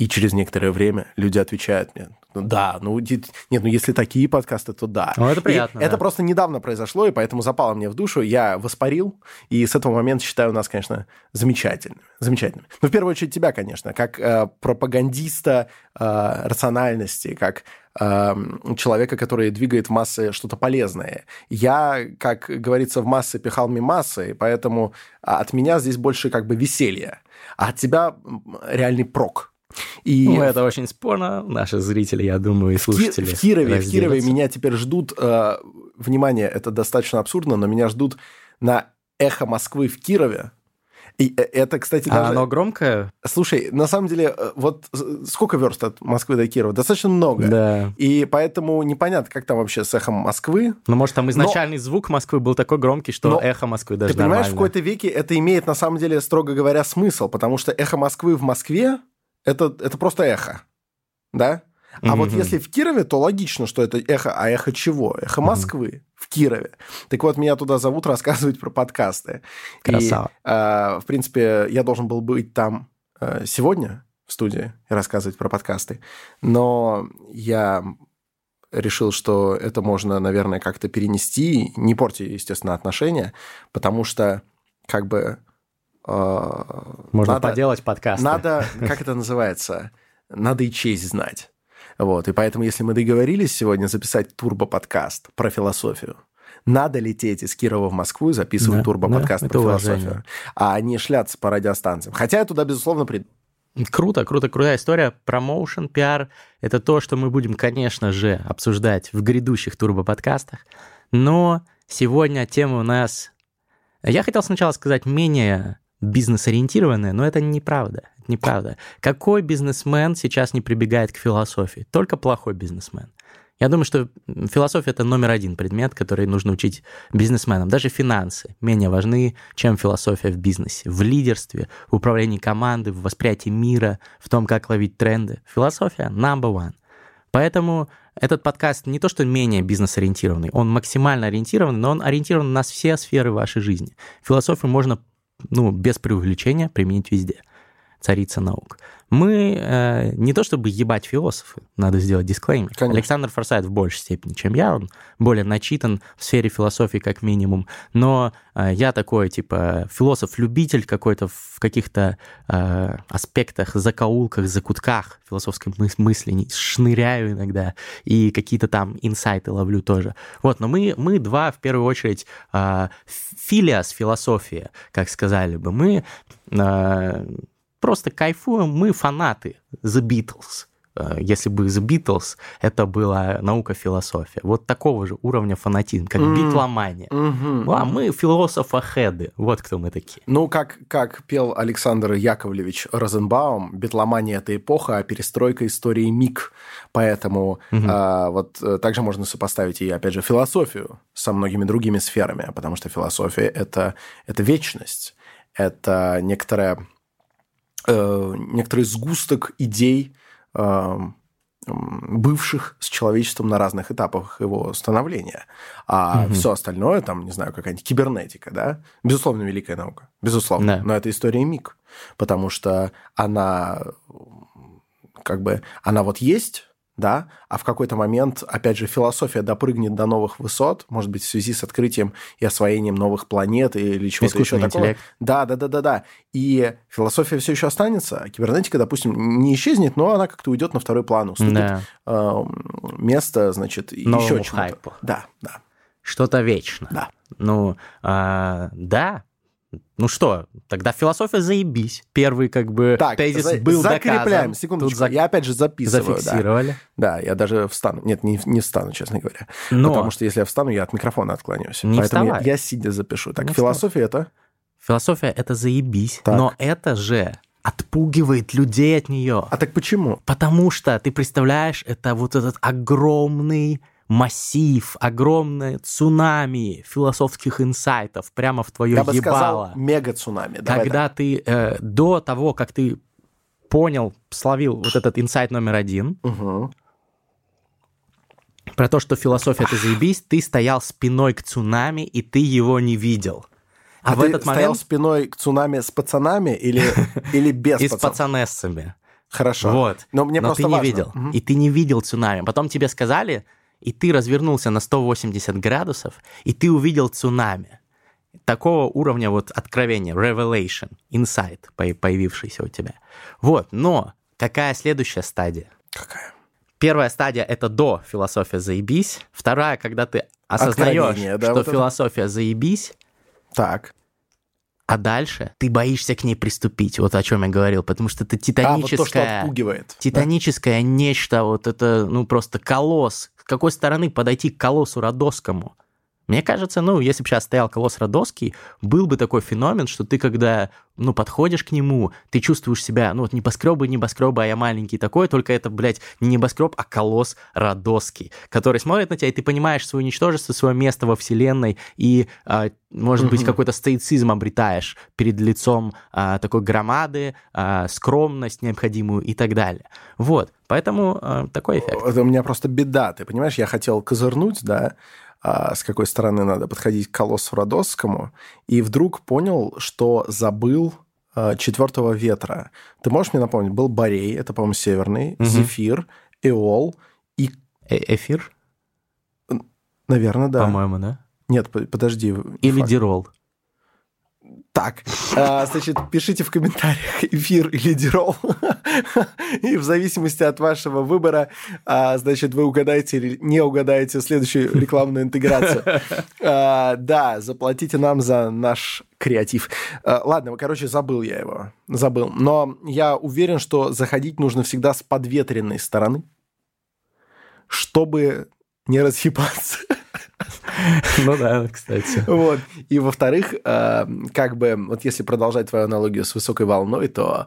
И через некоторое время люди отвечают мне, ну да, ну нет, ну если такие подкасты, то да. Ну, это приятно. И да. это просто недавно произошло, и поэтому запало мне в душу. Я воспарил, и с этого момента считаю нас, конечно, замечательными. замечательными. Ну, в первую очередь тебя, конечно, как э, пропагандиста э, рациональности, как э, человека, который двигает в массы что-то полезное. Я, как говорится, в массы пихал мимасы, и поэтому от меня здесь больше как бы веселья, а от тебя реальный прок. И ну, это очень спорно. Наши зрители, я думаю, и слушатели. В Кирове, в Кирове меня теперь ждут, э, внимание, это достаточно абсурдно, но меня ждут на «Эхо Москвы» в Кирове. И это, кстати, даже... А оно громкое? Слушай, на самом деле, вот сколько верст от Москвы до Кирова? Достаточно много. Да. И поэтому непонятно, как там вообще с «Эхом Москвы». Ну, может, там изначальный но... звук Москвы был такой громкий, что но... «Эхо Москвы» даже Ты понимаешь, нормально. в какой-то веке это имеет, на самом деле, строго говоря, смысл, потому что «Эхо Москвы» в Москве Это, это просто эхо, да? А mm-hmm. вот если в Кирове, то логично, что это эхо. А эхо чего? Эхо Москвы mm-hmm. в Кирове. Так вот, меня туда зовут рассказывать про подкасты. Красава. И, э, в принципе, я должен был быть там э, сегодня в студии и рассказывать про подкасты. Но я решил, что это можно, наверное, как-то перенести, не портя, естественно, отношения, потому что как бы... Можно надо, поделать подкасты. Надо, как это называется, надо и честь знать. Вот, и поэтому, если мы договорились сегодня записать турбо-подкаст про философию, надо лететь из Кирова в Москву и записывать да, турбо-подкаст да, про философию, уважение. А не шляться по радиостанциям. Хотя я туда, безусловно, приду. Круто, круто, крутая история. Промоушен, пиар – это то, что мы будем, конечно же, обсуждать в грядущих турбо-подкастах. Но сегодня тема у нас... Я хотел сначала сказать менее... бизнес-ориентированные, но это неправда. Это неправда. Какой бизнесмен сейчас не прибегает к философии? Только плохой бизнесмен. Я думаю, что философия – это номер один предмет, который нужно учить бизнесменам. Даже финансы менее важны, чем философия в бизнесе, в лидерстве, в управлении командой, в восприятии мира, в том, как ловить тренды. Философия – number one. Поэтому этот подкаст не то, что менее бизнес-ориентированный, он максимально ориентированный, но он ориентирован на все сферы вашей жизни. Философию можно ну, без преувеличения применить везде. Царица наук. Мы э, не то чтобы ебать философы, надо сделать дисклеймер. Конечно. Александр Форсайт в большей степени, чем я, он более начитан в сфере философии как минимум, но э, я такой, типа, философ-любитель какой-то в каких-то э, аспектах, закоулках, закутках философской мыс- мысли, шныряю иногда, и какие-то там инсайты ловлю тоже. Вот, но мы, мы два, в первую очередь, э, филиас философия, как сказали бы, мы... Э, Просто кайфуем, мы фанаты The Beatles. Если бы The Beatles это была наука-философия. Вот такого же уровня фанатизм, как mm. битломания. Mm-hmm. А мы философы-хеды. Вот кто мы такие. Ну, как, как пел Александр Яковлевич Розенбаум, битломания – это эпоха, а перестройка истории миг. Поэтому mm-hmm. а, вот также можно сопоставить и, опять же, философию со многими другими сферами, потому что философия – это, это вечность, это некоторая... некоторый сгусток идей, бывших с человечеством на разных этапах его становления. А угу. все остальное, там, не знаю, какая-нибудь кибернетика, да, безусловно, великая наука, безусловно, да. Но это история миг, потому что она как бы, она вот есть, да, а в какой-то момент, опять же, философия допрыгнет до новых высот, может быть, в связи с открытием и освоением новых планет или чего-то еще такого. Да, да, да, да, да. И философия все еще останется, а кибернетика, допустим, не исчезнет, но она как-то уйдет на второй план, уступит да. э, место, значит, новому еще чему-то. Хайпу. Да, да. Что-то вечно. Да. Ну, а, да. Ну что, тогда философия заебись. Первый как бы так, тезис за, был закрепляем, доказан. Секундочку, за... я опять же записываю. Зафиксировали. Да. да, я даже встану. Нет, не, не встану, честно говоря. Но... Потому что если я встану, я от микрофона отклонюсь. Не Поэтому вставай. я, я сидя запишу. Так, не философия вставай. это? Философия это заебись. Так. Но это же отпугивает людей от нее. А так почему? Потому что, ты представляешь, это вот этот огромный... массив, огромное цунами философских инсайтов прямо в твое ебало. Я бы ебало. сказал, мега-цунами. Когда так. ты э, до того, как ты понял, словил вот этот инсайт номер один, угу. про то, что философия — это заебись, ты стоял спиной к цунами, и ты его не видел. А, а в ты этот стоял момент... спиной к цунами с пацанами или, или без и пацанов? И с пацанессами. Хорошо. Вот. Но мне Но просто ты не важно. видел. Мгм. И ты не видел цунами. Потом тебе сказали, и ты развернулся на сто восемьдесят градусов, и ты увидел цунами. Такого уровня вот откровения, revelation, insight, по- появившийся у тебя. Вот, но какая следующая стадия? Какая? Первая стадия — это до философия заебись. Вторая, когда ты осознаешь, Откровение, да, что вот это? философия заебись, Так. а дальше ты боишься к ней приступить. Вот о чем я говорил, потому что это А, вот титаническое... то, что отпугивает. Титаническое нечто, вот это, ну, просто колосс. С какой стороны подойти к колоссу Родосскому? Мне кажется, ну, если бы сейчас стоял колосс Родосский, был бы такой феномен, что ты, когда, ну, подходишь к нему, ты чувствуешь себя, ну, вот небоскребы, небоскребы, а я маленький такой, только это, блядь, не небоскреб, а колосс Родосский, который смотрит на тебя, и ты понимаешь свое ничтожество, свое место во вселенной, и, а, может быть, какой-то стоицизм обретаешь перед лицом а, такой громады, а, скромность необходимую и так далее. Вот, поэтому а, такой эффект. Это у меня просто беда, ты понимаешь? Я хотел козырнуть, да, а, с какой стороны надо подходить к колоссу Родосскому, и вдруг понял, что забыл а, четвертого ветра. Ты можешь мне напомнить? Был Борей, это, по-моему, северный, Мгм. Зефир, Эол и... Э- эфир, Наверное, да. по-моему, да? Нет, по- подожди. не Или факт. дирол. Так, а, значит, пишите в комментариях эфир или дирол. И в зависимости от вашего выбора, а, значит, вы угадаете или не угадаете следующую рекламную интеграцию. А, да, заплатите нам за наш креатив. А, ладно, короче, забыл я его. Забыл. Но я уверен, что заходить нужно всегда с подветренной стороны, чтобы не разъебаться. Ну да, кстати. Вот. И во-вторых, э, как бы, вот если продолжать твою аналогию с высокой волной, то,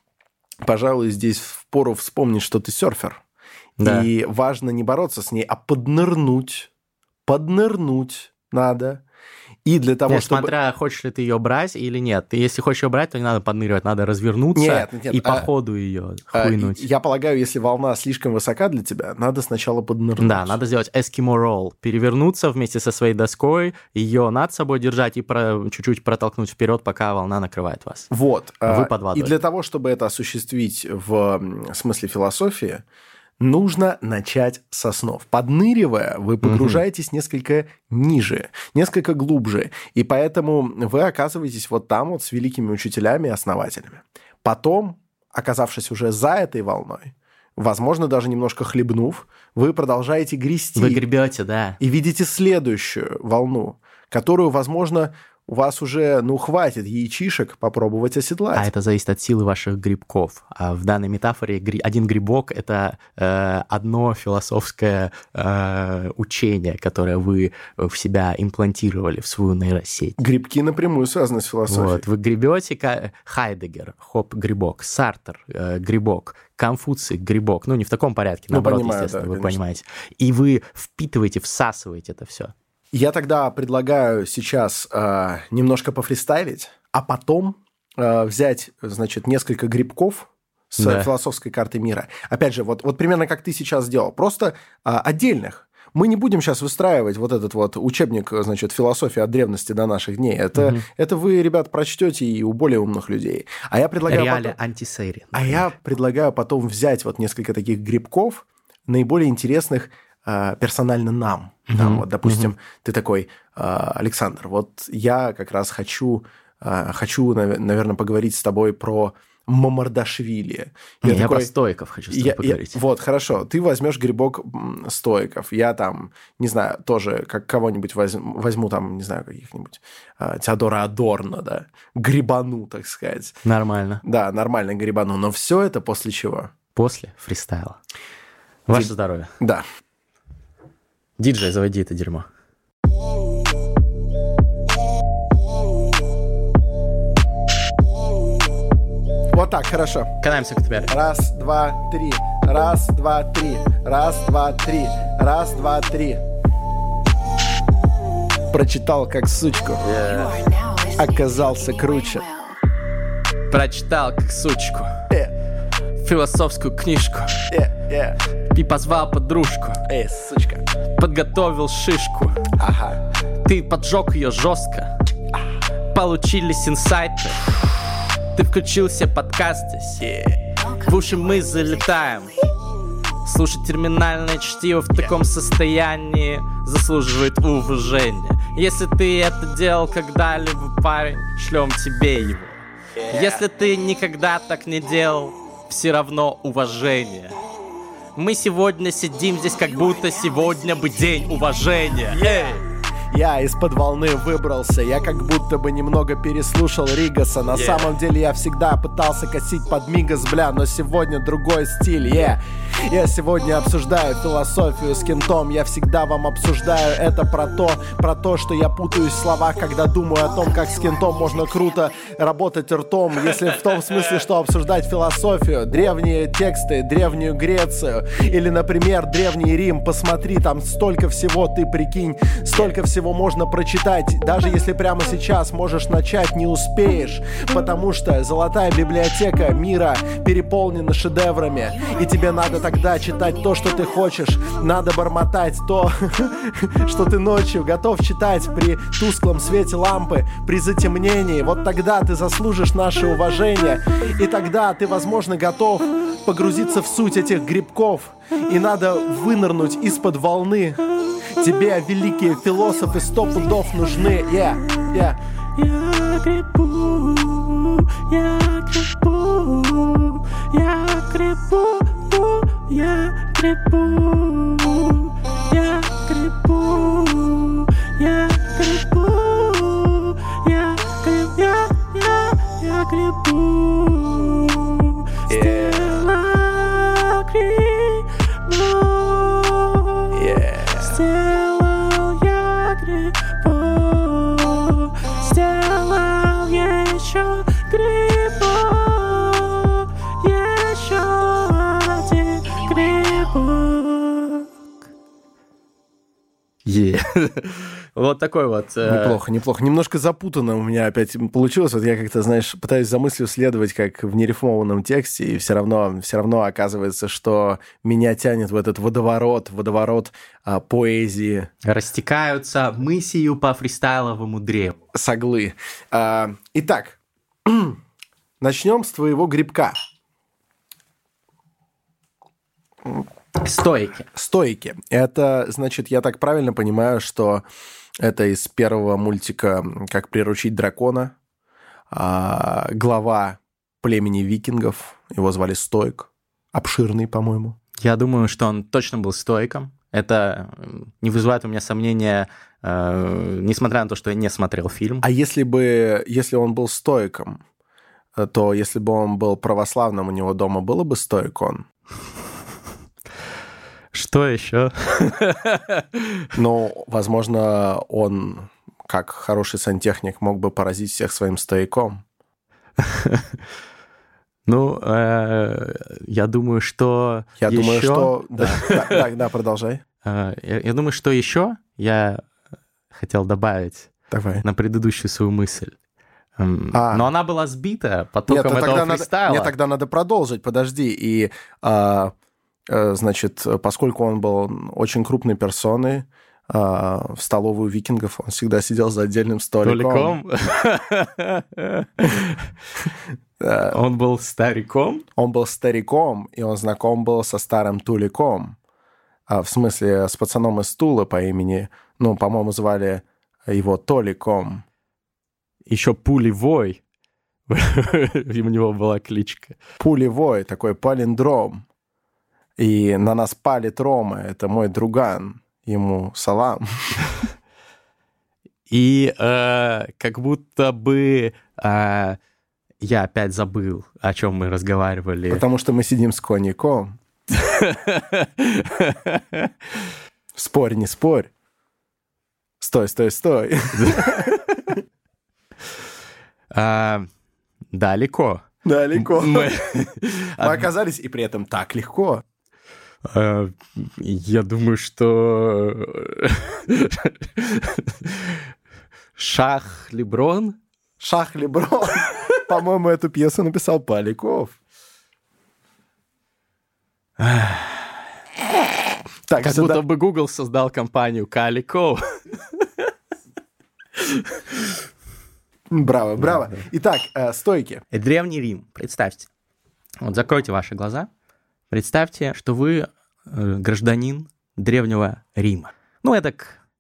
пожалуй, здесь впору вспомнить, что ты серфер. Да. И важно не бороться с ней, а поднырнуть. Поднырнуть надо. И для того, Нет, чтобы... смотря, хочешь ли ты ее брать или нет. Ты, если хочешь ее брать, то не надо подныривать, надо развернуться Нет, нет, нет, и а- по ходу ее э, хуйнуть. Я полагаю, если волна слишком высока для тебя, надо сначала поднырнуть. Да, надо сделать эскимо ролл, перевернуться вместе со своей доской, ее над собой держать и про- чуть-чуть протолкнуть вперед, пока волна накрывает вас. Вот. Вы а, под водой. И для того, чтобы это осуществить в м, смысле философии, нужно начать со снов. Подныривая, вы погружаетесь несколько ниже, несколько глубже, и поэтому вы оказываетесь вот там вот с великими учителями и основателями. Потом, оказавшись уже за этой волной, возможно, даже немножко хлебнув, вы продолжаете грести. Вы гребете, да. И видите следующую волну, которую, возможно, у вас уже, ну, хватит яичишек попробовать оседлать. А это зависит от силы ваших грибков. А в данной метафоре гри- один грибок — это э, одно философское э, учение, которое вы в себя имплантировали в свою нейросеть. Грибки напрямую связаны с философией. Вот, вы гребете, ка- Хайдеггер, хоп, грибок, Сартер, э, грибок, Конфуций, грибок. Ну, не в таком порядке, Ну, наоборот, понимаю, естественно, да, вы конечно. понимаете. И вы впитываете, всасываете это все. Я тогда предлагаю сейчас э, немножко пофристайлить, а потом э, взять, значит, несколько грибков с Да. философской карты мира. Опять же, вот, вот примерно как ты сейчас сделал, просто э, отдельных. Мы не будем сейчас выстраивать вот этот вот учебник, значит, философии от древности до наших дней. Это, Мгм. это вы, ребят, прочтете и у более умных людей. А я предлагаю Реале потом- антисейри. А я предлагаю потом взять вот несколько таких грибков, наиболее интересных э, персонально нам. Там, Мгм, вот, допустим, ты такой, э, Александр, вот я как раз хочу, э, хочу, нав- наверное, поговорить с тобой про Мамардашвили. Не, я, такой, про стоиков хочу с тобой я- я- поговорить. вот, хорошо, ты возьмешь грибок м, стоиков, я там, не знаю, тоже как кого-нибудь возьму, возьму там, не знаю, каких-нибудь э, Теодора Адорно, да, грибану, так сказать. Нормально. Да, нормально грибану, но все это после чего? После фристайла. Ваше Ди- здоровье. Да. Диджей, заводи это дерьмо. Вот так, хорошо. Катаемся к теперь. Раз, два, три. Раз, два, три. Раз, два, три. Раз, два, три. Прочитал как сучку. Оказался круче. Прочитал как сучку Э, философскую книжку э, э, и позвал подружку. э, сучка. Подготовил шишку. Ага. Ты поджег ее жестко. Получились инсайты. Ты включился подкаст здесь. в уши мы залетаем. Слушать терминальное чтиво в таком состоянии заслуживает уважения. Если ты это делал когда-либо, парень, шлем тебе его. Если ты никогда так не делал, все равно уважение. Мы сегодня сидим здесь, как будто сегодня бы день уважения. Эй! Я из-под волны выбрался, я как будто бы немного переслушал Ригаса. На yeah. самом деле я всегда пытался косить под Мигас, бля, но сегодня другой стиль, yeah. Я сегодня обсуждаю философию с кентом. Я всегда вам обсуждаю это про то, про то, что я путаюсь в словах, когда думаю о том, как с кентом можно круто работать ртом. Если в том смысле, что обсуждать философию, древние тексты, древнюю Грецию или, например, древний Рим. Посмотри, там столько всего, ты прикинь, столько всего всего можно прочитать. Даже если прямо сейчас можешь начать, не успеешь, потому что золотая библиотека мира переполнена шедеврами, и тебе надо тогда читать то, что ты хочешь. Надо бормотать то, что ты ночью готов читать при тусклом свете лампы, при затемнении. Вот тогда ты заслужишь наше уважение, и тогда ты, возможно, готов погрузиться в суть этих грибков, и надо вынырнуть из-под волны. Тебе великие философы сто пудов нужны. Yeah, yeah. Я грибу, я грибу, я грибу, я грибу, я грибу, я грибу, я грибу, я, я, я грибу. Стелла грибу. Yeah. Сделал я грибов, сделал еще грибов, еще один грибок. Yeah. Вот такой вот. Неплохо, неплохо. Немножко запутанно у меня опять получилось. Вот я как-то, знаешь, пытаюсь за мыслью следовать, как в нерифмованном тексте, и все равно, все равно оказывается, что меня тянет в этот водоворот, водоворот а, поэзии. Растекаются мыслью по фристайловому древу. Соглы. А, итак, начнем с твоего грибка. Стойки. Стойки. Это, значит, я так правильно понимаю, что это из первого мультика «Как приручить дракона». А, глава племени викингов. Его звали Стоик. Обширный, по-моему. Я думаю, что он точно был стоиком. Это не вызывает у меня сомнения, э, несмотря на то, что я не смотрел фильм. А если бы, если он был стоиком, то если бы он был православным, у него дома было бы стоикон? Что еще? Ну, возможно, он, как хороший сантехник, мог бы поразить всех своим стояком. Ну, э, я думаю, что Я еще... думаю, что... Да, да, да, да, продолжай. Э, я, я думаю, что еще я хотел добавить Давай. на предыдущую свою мысль. Эм, а. Но она была сбита потоком Нет, этого надо, фристайла. Нет, тогда надо продолжить, подожди. И, а, а, значит, поскольку он был очень крупной персоной, а, в столовую викингов он всегда сидел за отдельным столиком. Он был стариком? Он был стариком, и он знаком был со старым Туликом. А, в смысле, с пацаном из Тулы по имени, ну, по-моему, звали его Толиком. Еще Пулевой. У него была кличка. Пулевой, такой палиндром. И на нас палит Рома, это мой друган. Ему салам. И э, как будто бы э, я опять забыл, о чем мы разговаривали. Потому что мы сидим с коньяком. Спорь, не спорь. Стой, стой, стой. А, далеко. Далеко. Мы... Мы оказались и при этом так легко. А, я думаю, что Шах Леброн. Шах Леброн. По-моему, эту пьесу написал Поляков. Так, как будто бы Google создал компанию Каликов. Браво, браво. Итак, э, стойки. Древний Рим, представьте. Вот закройте ваши глаза, представьте, что вы э, гражданин Древнего Рима. Ну, это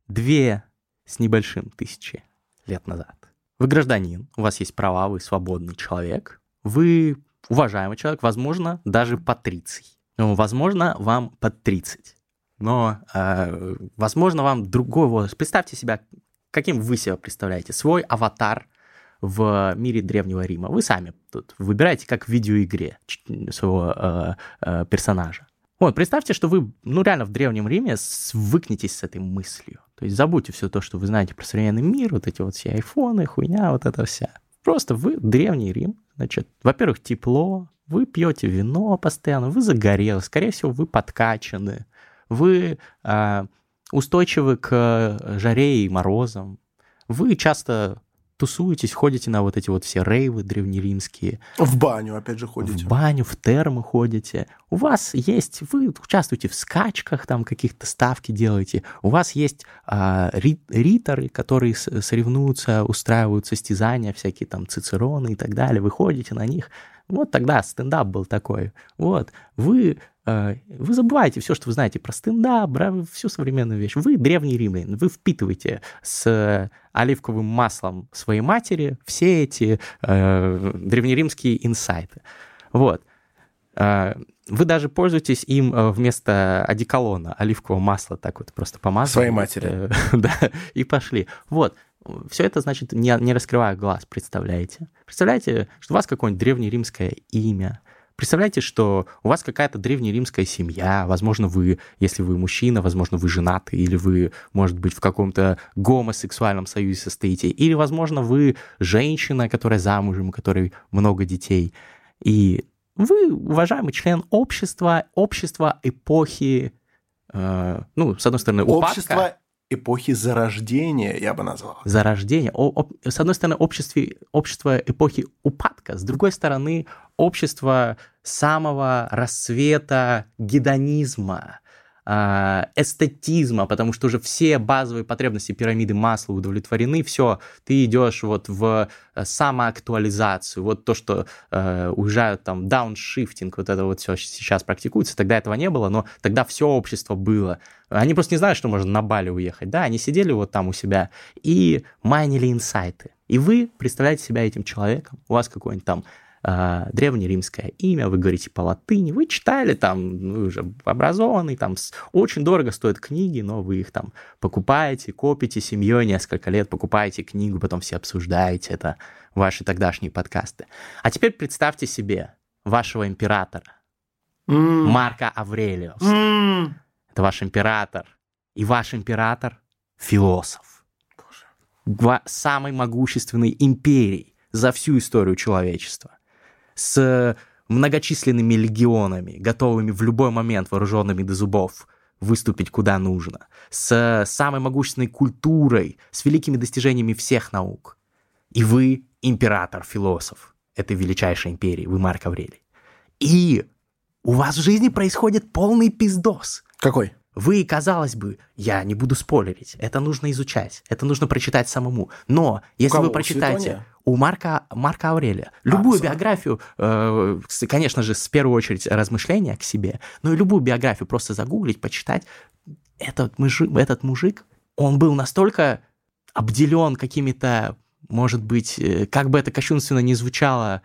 две с небольшим тысячи лет назад. Вы гражданин, у вас есть права, вы свободный человек, вы уважаемый человек, возможно, даже патриций. Ну, возможно, вам под тридцать. Но, э, возможно, вам другой возраст. Представьте себя, каким вы себя представляете, свой аватар в мире Древнего Рима. Вы сами тут выбираете, как в видеоигре, своего э, э, персонажа. Вот, представьте, что вы, ну, реально в Древнем Риме свыкнетесь с этой мыслью. То есть забудьте все то, что вы знаете про современный мир, вот эти вот все айфоны, хуйня, вот это вся. Просто вы Древний Рим, значит, во-первых, тепло, вы пьете вино постоянно, вы загорелы, скорее всего, вы подкачаны, вы э, устойчивы к жаре и морозам, вы часто тусуетесь, ходите на вот эти вот все рейвы древнеримские. В баню, опять же, ходите. В баню, в термы ходите. У вас есть, вы участвуете в скачках, там каких-то ставки делаете. У вас есть а, ри, риторы, которые с, соревнуются, устраивают состязания, всякие там цицероны и так далее. Вы ходите на них. Вот тогда стендап был такой. Вот. Вы... Вы забываете все, что вы знаете про стендап, про всю современную вещь. Вы древний римлян, вы впитываете с оливковым маслом своей матери все эти э, древнеримские инсайты. Вот. Э, вы даже пользуетесь им вместо одеколона, оливкового масла, так вот просто помазали. Своей матери. Э, да, и пошли. Вот. Все это, значит, не, не раскрывая глаз, представляете? Представляете, что у вас какое-нибудь древнеримское имя. Представляете, что у вас какая-то древнеримская семья, возможно, вы, если вы мужчина, возможно, вы женаты, или вы, может быть, в каком-то гомосексуальном союзе состоите, или, возможно, вы женщина, которая замужем, у которой много детей, и вы уважаемый член общества, общества эпохи, э, ну, с одной стороны, упадка. Общество эпохи Зарождения, я бы назвал. Зарождение. О, о, с одной стороны, обществе, общество эпохи упадка, с другой стороны, общество самого расцвета гедонизма, эстетизма, потому что уже все базовые потребности пирамиды Маслоу удовлетворены, все, ты идешь вот в самоактуализацию, вот то, что э, уезжают там дауншифтинг, вот это вот все сейчас практикуется, тогда этого не было, но тогда все общество было. Они просто не знают, что можно на Бали уехать, да, они сидели вот там у себя и майнили инсайты. И вы представляете себя этим человеком, у вас какой-нибудь там древнеримское имя, вы говорите по латыни, вы читали там, вы уже образованный, там очень дорого стоят книги, но вы их там покупаете, копите семьей несколько лет, покупаете книгу, потом все обсуждаете, это ваши тогдашние подкасты. А теперь представьте себе вашего императора, mm. Марка Аврелиус. Mm. Это ваш император. И ваш император — философ. Боже. Самой могущественной империи за всю историю человечества. С многочисленными легионами, готовыми в любой момент, вооруженными до зубов, выступить куда нужно, с самой могущественной культурой, с великими достижениями всех наук. И вы император-философ этой величайшей империи, вы Марк Аврелий. И у вас в жизни происходит полный пиздос. Какой? Вы, казалось бы, я не буду спойлерить, это нужно изучать, это нужно прочитать самому. Но если вы прочитаете у Марка, Марка Аврелия любую а, биографию, э, конечно же, в первую очередь размышления к себе, но и любую биографию просто загуглить, почитать, этот мужик, этот мужик, он был настолько обделен какими-то, может быть, как бы это кощунственно ни звучало,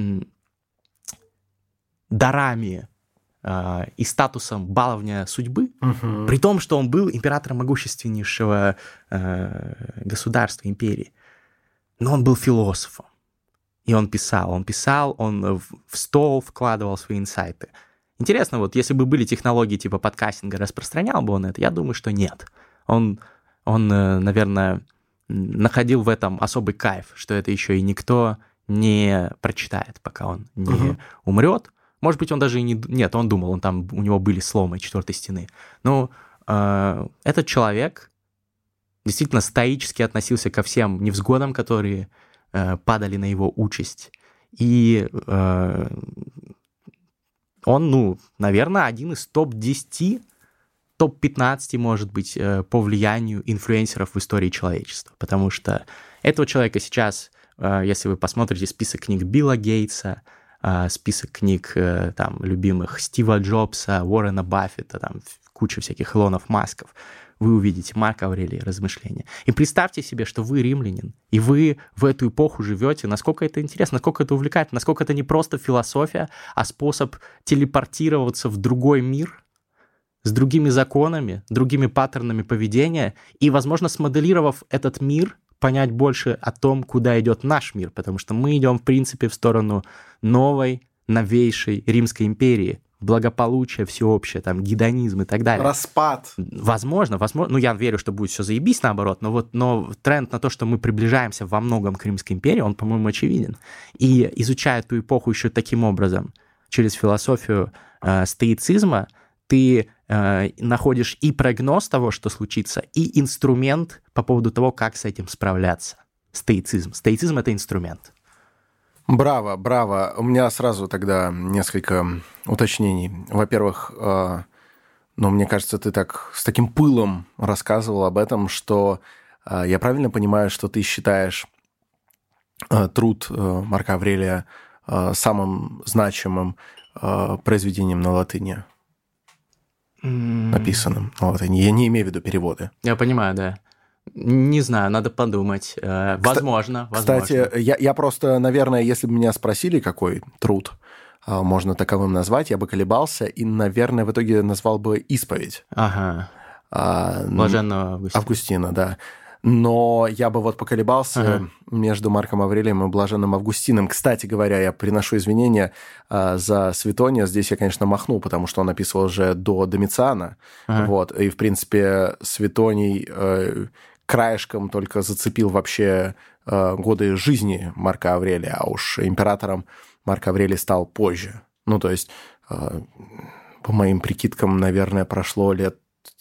дарами и статусом баловня судьбы, угу. при том, что он был императором могущественнейшего э, государства, империи. Но он был философом. И он писал, он писал, он в, в стол вкладывал свои инсайты. Интересно, вот если бы были технологии типа подкастинга, распространял бы он это? Я думаю, что нет. Он, он наверное, находил в этом особый кайф, что это еще и никто не прочитает, пока он не угу. умрет. Может быть, он даже и не... Нет, он думал, он там, у него были сломы четвертой стены. Но э, этот человек действительно стоически относился ко всем невзгодам, которые э, падали на его участь. И э, он, ну, наверное, один из топ десяти, топ пятнадцати, может быть, э, по влиянию инфлюенсеров в истории человечества. Потому что этого человека сейчас, э, если вы посмотрите список книг Билла Гейтса, э, список книг э, там, любимых Стива Джобса, Уоррена Баффета, там, куча всяких Илонов Масков, вы увидите Марка Аврелия «Размышления». И представьте себе, что вы римлянин, и вы в эту эпоху живете, насколько это интересно, насколько это увлекательно, насколько это не просто философия, а способ телепортироваться в другой мир с другими законами, другими паттернами поведения, и, возможно, смоделировав этот мир, понять больше о том, куда идет наш мир, потому что мы идем, в принципе, в сторону новой, новейшей Римской империи, благополучие всеобщее, там, гедонизм и так далее. Распад. Возможно, возможно, ну, я верю, что будет все заебись, наоборот, но вот но тренд на то, что мы приближаемся во многом к Римской империи, он, по-моему, очевиден. И изучая эту эпоху еще таким образом, через философию э, стоицизма, ты э, находишь и прогноз того, что случится, и инструмент по поводу того, как с этим справляться. Стоицизм. Стоицизм — это инструмент. Браво, браво. У меня сразу тогда несколько уточнений. Во-первых, э, ну, мне кажется, ты так с таким пылом рассказывал об этом, что э, я правильно понимаю, что ты считаешь э, труд э, Марка Аврелия э, самым значимым э, произведением на латыни? Написанным на латыни. Я не имею в виду переводы. Я понимаю, да. Не знаю, надо подумать. Возможно, возможно. Кстати, я, я просто, наверное, если бы меня спросили, какой труд можно таковым назвать, я бы колебался и, наверное, в итоге назвал бы «Исповедь». Ага. А, Блаженного Августина. Августина, да. Но я бы вот поколебался ага. между Марком Аврелием и Блаженным Августином. Кстати говоря, я приношу извинения а, за Светония. Здесь я, конечно, махнул, потому что он описывал уже до Домициана. Ага. Вот. И, в принципе, Светоний э, краешком только зацепил вообще э, годы жизни Марка Аврелия, а уж императором Марк Аврелий стал позже. Ну, то есть, э, по моим прикидкам, наверное, прошло лет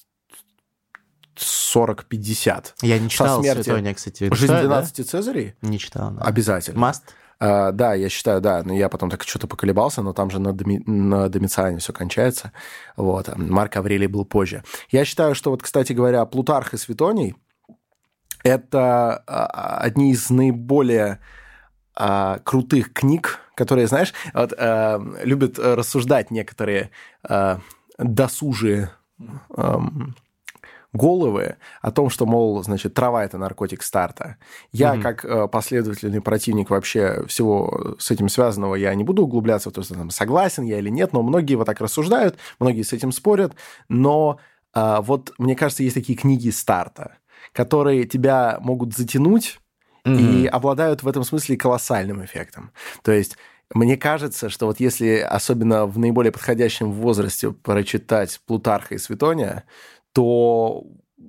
сорок-пятьдесят. Я не читал Светония, кстати. «Жизнь читаю, двенадцати да? Цезарей»? Не читал. Да. Обязательно. Must? А, да, я считаю, да. Но я потом так что-то поколебался, но там же на, Доми... на Домициане все кончается. Вот. Марк Аврелий был позже. Я считаю, что вот, кстати говоря, Плутарх и Светоний – это одни из наиболее а, крутых книг, которые, знаешь, вот, а, любят рассуждать некоторые а, досужие а, головы о том, что, мол, значит, трава – это наркотик старта. Я, mm-hmm. как э, последовательный противник вообще всего с этим связанного, я не буду углубляться в то, что там согласен я или нет, но многие вот так рассуждают, многие с этим спорят, но э, вот, мне кажется, есть такие книги старта, которые тебя могут затянуть mm-hmm. и обладают в этом смысле колоссальным эффектом. То есть мне кажется, что вот если особенно в наиболее подходящем возрасте прочитать Плутарха и Светония, то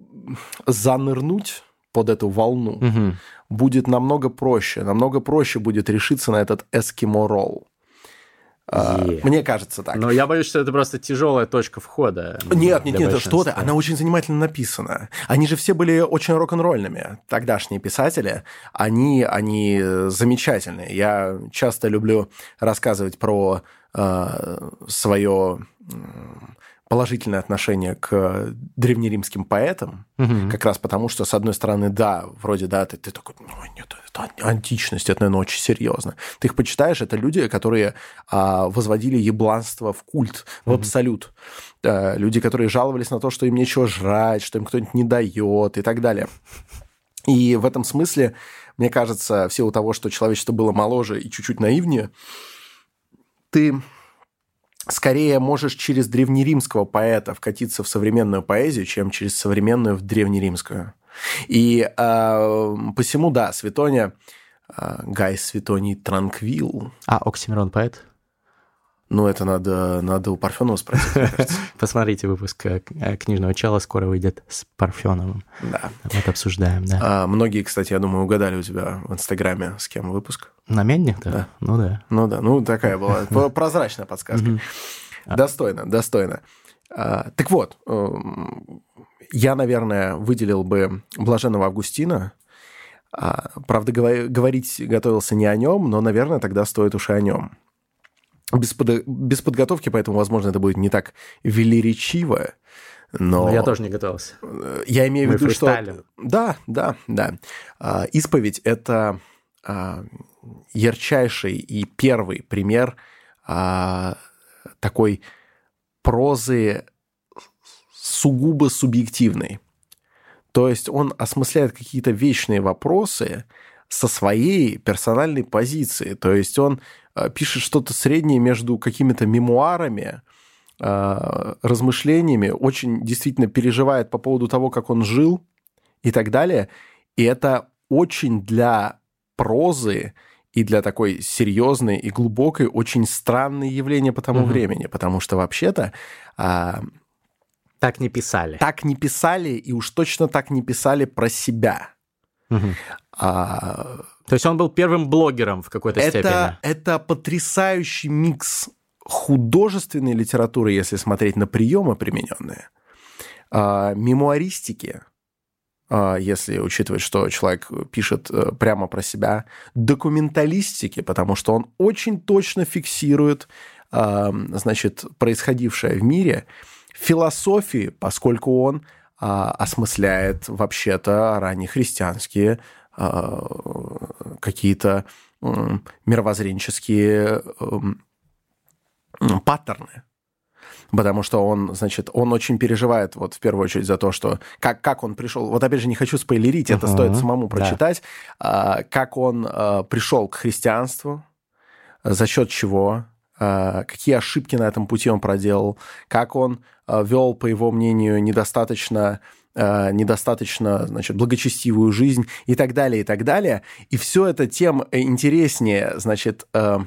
занырнуть под эту волну угу. будет намного проще. Намного проще будет решиться на этот эскимо-ролл. Yeah. Мне кажется так. Но я боюсь, что это просто тяжелая точка входа. Нет, нет, нет, что ты. Она очень занимательно написана. Они же все были очень рок-н-ролльными. Тогдашние писатели, они, они замечательные. Я часто люблю рассказывать про э, свое... положительное отношение к древнеримским поэтам, угу. как раз потому, что, с одной стороны, да, вроде, да, ты, ты такой, ну, нет, это античность, это, наверное, очень серьезно. Ты их почитаешь, это люди, которые а, возводили ебланство в культ, в абсолют. А, люди, которые жаловались на то, что им нечего жрать, что им кто-нибудь не дает и так далее. И в этом смысле, мне кажется, в силу того, что человечество было моложе и чуть-чуть наивнее, ты... скорее можешь через древнеримского поэта вкатиться в современную поэзию, чем через современную в древнеримскую. И э, посему, да, Светония, э, Гай Светоний Транквил. А Оксимирон поэт? Ну, это надо, надо у Парфенова спросить, мне кажется. Посмотрите выпуск «Книжного чела», скоро выйдет с Парфеновым. Да. Вот обсуждаем, да. А, многие, кстати, я думаю, угадали у тебя в Инстаграме, с кем выпуск. Намедник-то? Да. Ну да. Ну да, ну такая была прозрачная подсказка. Достойно, достойно. Так вот, я, наверное, выделил бы Блаженного Августина. Правда, говорить готовился не о нем, но, наверное, тогда стоит уж и о нем. Без, под... без подготовки, поэтому, возможно, это будет не так велеречиво, но... но я тоже не готовился. Я имею в виду, что... Да, да, да. Исповедь – это ярчайший и первый пример а, такой прозы сугубо субъективной. То есть он осмысляет какие-то вечные вопросы со своей персональной позиции. То есть он а, пишет что-то среднее между какими-то мемуарами, а, размышлениями, очень действительно переживает по поводу того, как он жил и так далее. И это очень для прозы и для такой серьезной и глубокой очень странное явление по тому угу. времени, потому что вообще-то... А, так не писали. Так не писали, и уж точно так не писали про себя. Угу. А, То есть он был первым блогером в какой-то это, степени? Это потрясающий микс художественной литературы, если смотреть на приемы примененные, а, мемуаристики, если учитывать, что человек пишет прямо про себя, документалистики, потому что он очень точно фиксирует, значит, происходившее в мире, философии, поскольку он осмысляет вообще-то раннехристианские какие-то мировоззренческие паттерны. Потому что он, значит, он очень переживает вот в первую очередь за то, что как, как он пришел. Вот опять же, не хочу спойлерить, это uh-huh. стоит самому прочитать. Да. Как он пришел к христианству, за счет чего, какие ошибки на этом пути он проделал, как он вел, по его мнению, недостаточно, недостаточно, значит, благочестивую жизнь и так далее, и так далее. И все это тем интереснее, значит,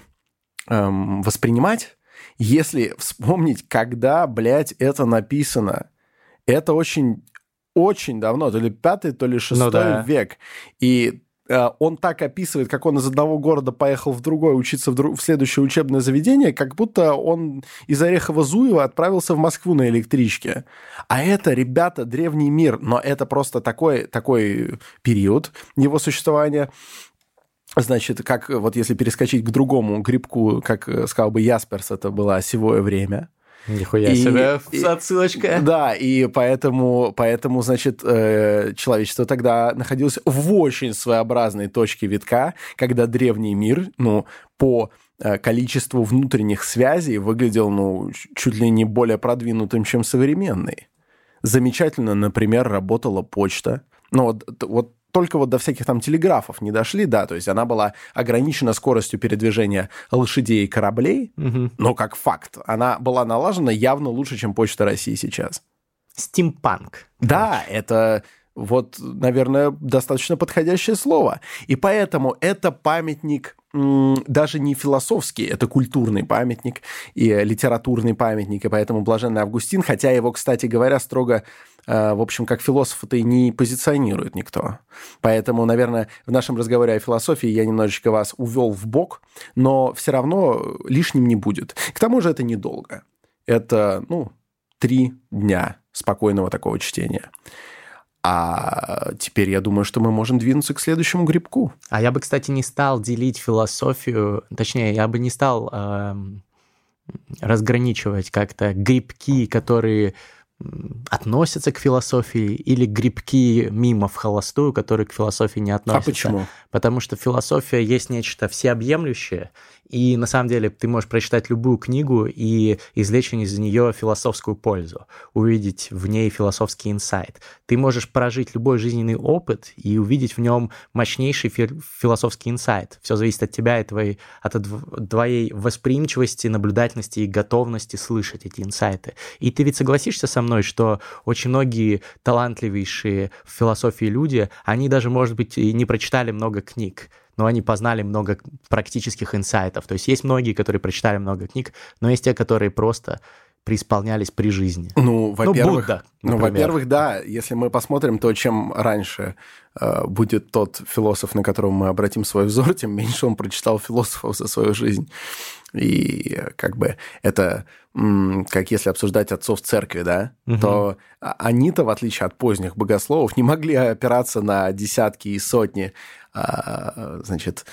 воспринимать, если вспомнить, когда, блядь, это написано. Это очень, очень давно, то ли пятый, то ли шестой ну, да. век. И э, он так описывает, как он из одного города поехал в другой учиться в, друг, в следующее учебное заведение, как будто он из Орехово-Зуева отправился в Москву на электричке. А это, ребята, древний мир. Но это просто такой, такой период его существования. Значит, как вот если перескочить к другому грибку, как сказал бы Ясперс, это было осевое время. Нихуя и, себе и, отсылочка. Да, и поэтому, поэтому, значит, человечество тогда находилось в очень своеобразной точке витка, когда древний мир, ну, по количеству внутренних связей выглядел, ну, чуть ли не более продвинутым, чем современный. Замечательно, например, работала почта. Ну, вот, вот только вот до всяких там телеграфов не дошли, да, то есть она была ограничена скоростью передвижения лошадей и кораблей, угу. но как факт, она была налажена явно лучше, чем Почта России сейчас. Стимпанк. Да, это вот, наверное, достаточно подходящее слово. И поэтому это памятник м, даже не философский, это культурный памятник и литературный памятник, и поэтому Блаженный Августин, хотя его, кстати говоря, строго... в общем, как философа-то и не позиционирует никто. Поэтому, наверное, в нашем разговоре о философии я немножечко вас увел вбок, но все равно лишним не будет. К тому же это недолго. Это, ну, три дня спокойного такого чтения. А теперь я думаю, что мы можем двинуться к следующему грибку. А я бы, кстати, не стал делить философию, точнее, я бы не стал э, разграничивать как-то грибки, которые... относятся к философии, или грибки мимо в холостую, которые к философии не относятся. А почему? Потому что философия есть нечто всеобъемлющее, и на самом деле ты можешь прочитать любую книгу и извлечь из нее философскую пользу, увидеть в ней философский инсайт. Ты можешь прожить любой жизненный опыт и увидеть в нем мощнейший фи- философский инсайт. Все зависит от тебя и твоей, от твоей восприимчивости, наблюдательности и готовности слышать эти инсайты. И ты ведь согласишься со мной, что очень многие талантливейшие в философии люди, они даже, может быть, и не прочитали много книг, но они познали много практических инсайтов. То есть есть многие, которые прочитали много книг, но есть те, которые просто преисполнялись при жизни. Ну, во-первых, ну, Будда, ну, во-первых, да, если мы посмотрим, то чем раньше э, будет тот философ, на которого мы обратим свой взор, тем меньше он прочитал философов за свою жизнь. И как бы это, как если обсуждать отцов церкви, да, угу. то они-то, в отличие от поздних богословов, не могли опираться на десятки и сотни, значит,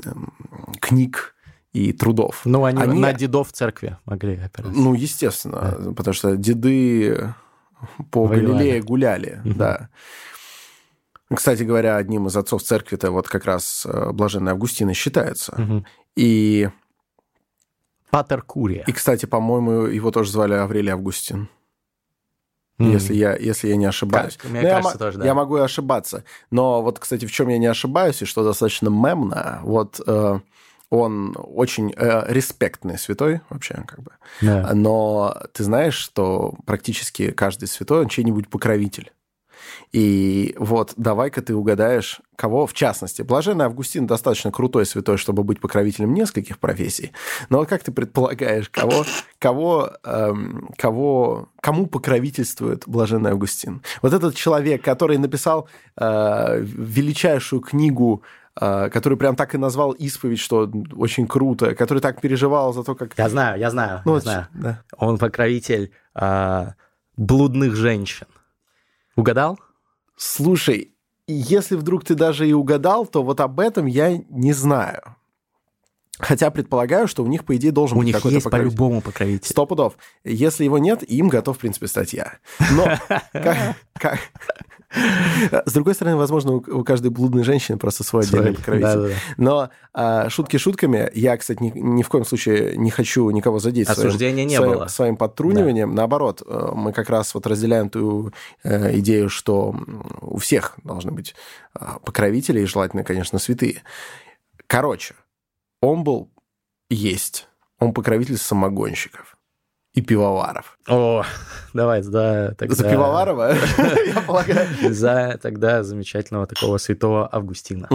книг и трудов. Ну, они, они на дедов в церкви могли опираться. Ну, естественно, да. Потому что деды по Воевали. Галилее гуляли, угу. да. Кстати говоря, одним из отцов церкви-то вот как раз блаженный Августин и считается. Угу. И... Патер Курия. И, кстати, по-моему, его тоже звали Аврелий Августин. Mm. Если, я, если я не ошибаюсь. Мне ну, кажется, я, тоже, да. Я могу и ошибаться. Но вот, кстати, в чем я не ошибаюсь, и что достаточно мемно, вот э, он очень э, респектный святой вообще, как бы. Yeah. Но ты знаешь, что практически каждый святой, он чей-нибудь покровитель. И вот давай-ка ты угадаешь, кого, в частности. Блаженный Августин достаточно крутой святой, чтобы быть покровителем нескольких профессий. Но вот как ты предполагаешь, кого, кого, эм, кого, кому покровительствует Блаженный Августин? Вот этот человек, который написал э, величайшую книгу, э, который прям так и назвал «Исповедь», что очень круто, который так переживал за то, как... Я знаю, я знаю, ну, я вот, знаю. Да. Он покровитель э, блудных женщин. Угадал? Слушай, если вдруг ты даже и угадал, то вот об этом я не знаю. Хотя предполагаю, что у них, по идее, должен у быть них какой-то есть покровитель. по-любому покровитель. Сто пудов. Если его нет, им готов, в принципе, стать я. Но, как, как... с другой стороны, возможно, у каждой блудной женщины просто свой отдельный покровитель. Да, да, да. Но а, шутки шутками. Я, кстати, ни, ни в коем случае не хочу никого задеть Осуждения своим, не своим, было. своим подтруниванием. Да. Наоборот, мы как раз вот разделяем ту э, идею, что у всех должны быть покровители, и желательно, конечно, святые. Короче, он был, есть, он покровитель самогонщиков и пивоваров. О, давай, да, тогда... За Пивоварова, я полагаю. За тогда замечательного такого святого Августина.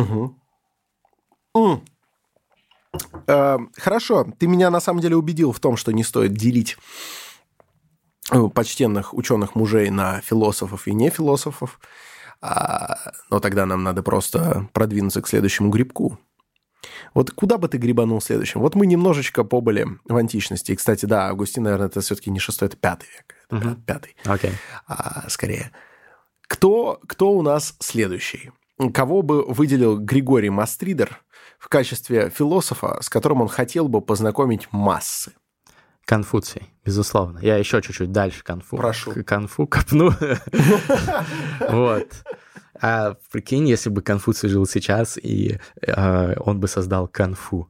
Хорошо, ты меня на самом деле убедил в том, что не стоит делить почтенных ученых мужей на философов и нефилософов, но тогда нам надо просто продвинуться к следующему грибку. Вот куда бы ты грибанул следующим? Вот мы немножечко побыли в античности. И, кстати, да, Августин, наверное, это все-таки не шестой, это пятый век. Это uh-huh. пятый. Okay. А, скорее. Кто, кто у нас следующий? Кого бы выделил Григорий Мастридер в качестве философа, с которым он хотел бы познакомить массы? Конфуций, безусловно. Я еще чуть-чуть дальше конфу. Прошу. Конфу копну. Вот. А прикинь, если бы Конфуций жил сейчас, и э, он бы создал конфу.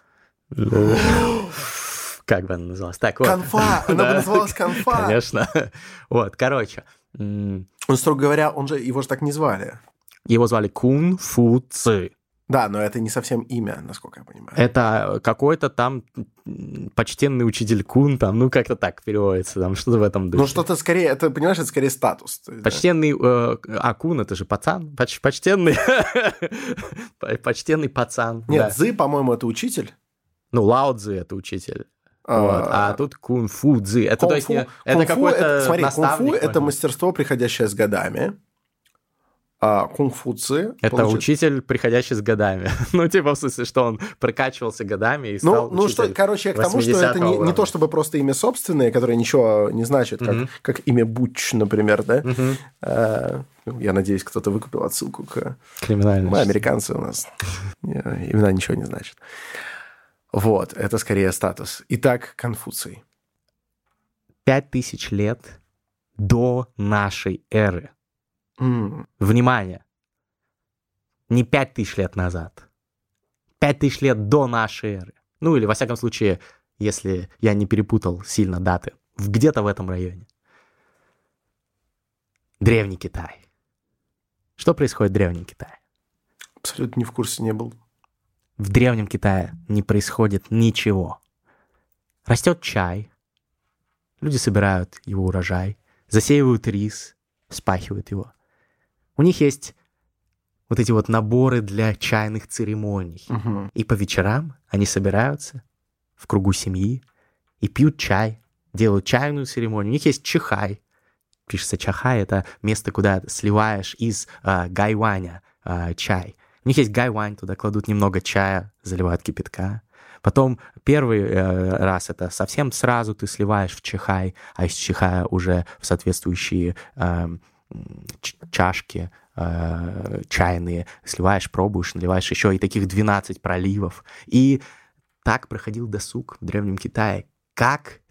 Как бы она называлась? Так, вот. Конфа! Она бы называлась конфа! Конечно. Вот, короче. Он, строго говоря, он же, его же так не звали. Его звали Кунфуций. Да, но это не совсем имя, насколько я понимаю. Это какой-то там почтенный учитель Кун, там, ну, как-то так переводится, там, что-то в этом духе. Ну, что-то скорее, это, понимаешь, это скорее статус. Почтенный, э, а Кун, это же пацан, поч, почтенный, почтенный пацан. Нет, да. Цзы, по-моему, это учитель. Ну, Лао Цзы это учитель. Вот. А тут кунг-фу Цзы. Это, то есть, не, это какой-то это, смотри, наставник. Кунг-фу – это мастерство, приходящее с годами. А кунг-фу Цзы... Это получит... учитель, приходящий с годами. Ну, типа, в смысле, что он прокачивался годами и стал Ну, ну что, короче, я к тому, что это не, не то, чтобы просто имя собственное, которое ничего не значит, как, mm-hmm. как имя Буч, например, да? Mm-hmm. А, я надеюсь, кто-то выкупил отсылку к... Криминальной. Мы, американцы, у нас имена ничего не значат. Вот, это скорее статус. Итак, Конфуций. Пять тысяч лет до нашей эры. Mm. Внимание! Не пять тысяч лет назад. Пять тысяч лет до нашей эры. Ну, или, во всяком случае, если я не перепутал сильно даты. Где-то в этом районе. Древний Китай. Что происходит в Древнем Китае? Абсолютно не в курсе не был. В Древнем Китае не происходит ничего. Растет чай. Люди собирают его урожай. Засеивают рис. Спахивают его. У них есть вот эти вот наборы для чайных церемоний. Угу. И по вечерам они собираются в кругу семьи и пьют чай, делают чайную церемонию. У них есть чихай. Пишется чахай, это место, куда сливаешь из э, гайваня э, чай. У них есть гайвань, туда кладут немного чая, заливают кипятка. Потом первый э, раз это совсем сразу ты сливаешь в чихай, а из чихая уже в соответствующие э, ч- чашки э, чайные сливаешь, пробуешь, наливаешь еще и таких двенадцать проливов. И так проходил досуг в Древнем Китае. Как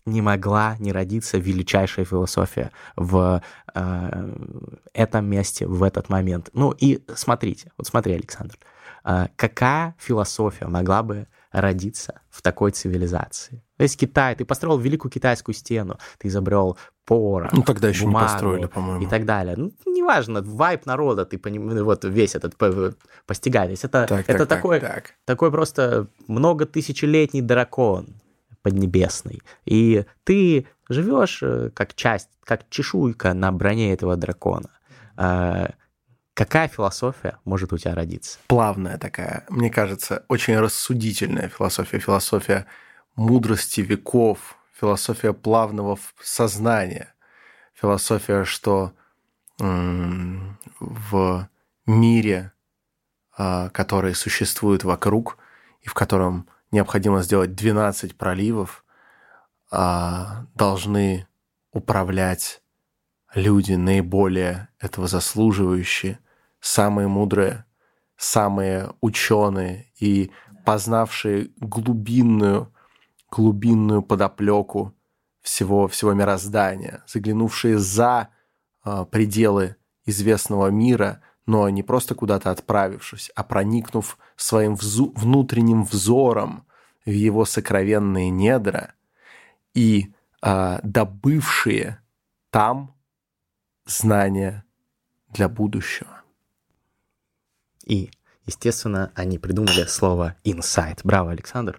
не могла не родиться величайшая философия в э, этом месте, в этот момент. Ну и смотрите, вот смотри, Александр, э, какая философия могла бы родиться в такой цивилизации? То есть Китай, ты построил Великую Китайскую стену, ты изобрел порох, Ну, тогда еще бумагу не построили, по-моему. и так далее. Ну, неважно, вайб народа, ты понимаешь, вот весь этот постигаешь. Это, Так, это так, такой, так, так. такой просто многотысячелетний дракон поднебесный. И ты живешь как часть, как чешуйка на броне этого дракона. Какая философия может у тебя родиться? Плавная такая, мне кажется, очень рассудительная философия, философия мудрости веков, философия плавного сознания, философия, что м- в мире, а, который существует вокруг и в котором необходимо сделать двенадцать проливов, а, должны управлять люди, наиболее этого заслуживающие, самые мудрые, самые ученые и познавшие глубинную, глубинную подоплеку всего, всего мироздания, заглянувшие за э, пределы известного мира, но не просто куда-то отправившись, а проникнув своим взу- внутренним взором в его сокровенные недра и э, добывшие там знания для будущего. И, естественно, они придумали слово «инсайт». Браво, Александр.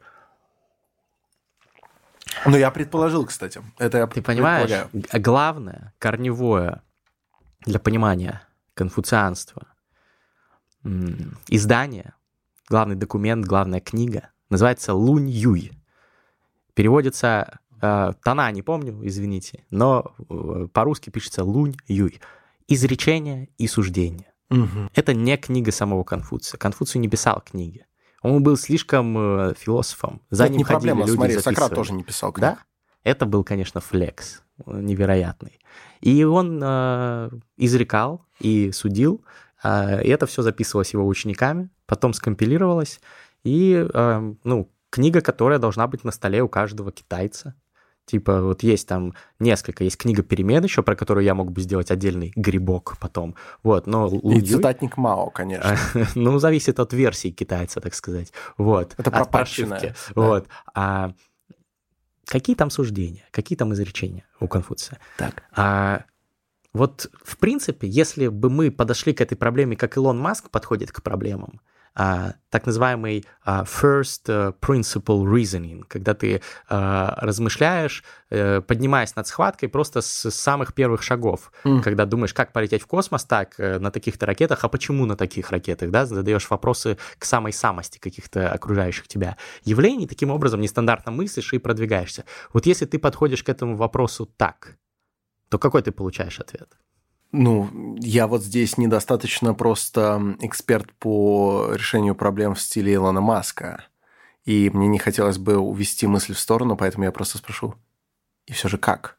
Ну, я предположил, кстати. Это я Ты понимаешь, предполагаю. главное, корневое для понимания конфуцианства м, издание, главный документ, главная книга называется «Лунь Юй». Переводится, э, тона не помню, извините, но э, по-русски пишется «Лунь Юй». Изречение и суждение. Угу. Это не книга самого Конфуция. Конфуций не писал книги. Он был слишком э, философом. За Это ним не ходили проблема, люди, смотри, записывали. Сократ тоже не писал книг. Да? Это был, конечно, флекс невероятный. И он э, изрекал и судил, э, и это все записывалось его учениками, потом скомпилировалось, и, э, ну, книга, которая должна быть на столе у каждого китайца. Типа вот есть там несколько, есть книга перемен еще, про которую я мог бы сделать отдельный грибок потом. Вот, но И Лунь Юй- цитатник Мао, конечно. ну, зависит от версии китайца, так сказать. Вот. Это от пропатченная, прошивки. да. Вот. А какие там суждения, какие там изречения у Конфуция? Так. А вот, в принципе, если бы мы подошли к этой проблеме, как Илон Маск подходит к проблемам, а, так называемый а, first principle reasoning, когда ты а, размышляешь, а, поднимаясь над схваткой просто с самых первых шагов, mm. когда думаешь, как полететь в космос, так, на таких-то ракетах, а почему на таких ракетах, да, задаешь вопросы к самой самости каких-то окружающих тебя явлений, таким образом нестандартно мыслишь и продвигаешься. Вот если ты подходишь к этому вопросу так, то какой ты получаешь ответ? Ну, я вот здесь недостаточно просто эксперт по решению проблем в стиле Илона Маска. И мне не хотелось бы увести мысль в сторону, поэтому я просто спрошу. И все же как?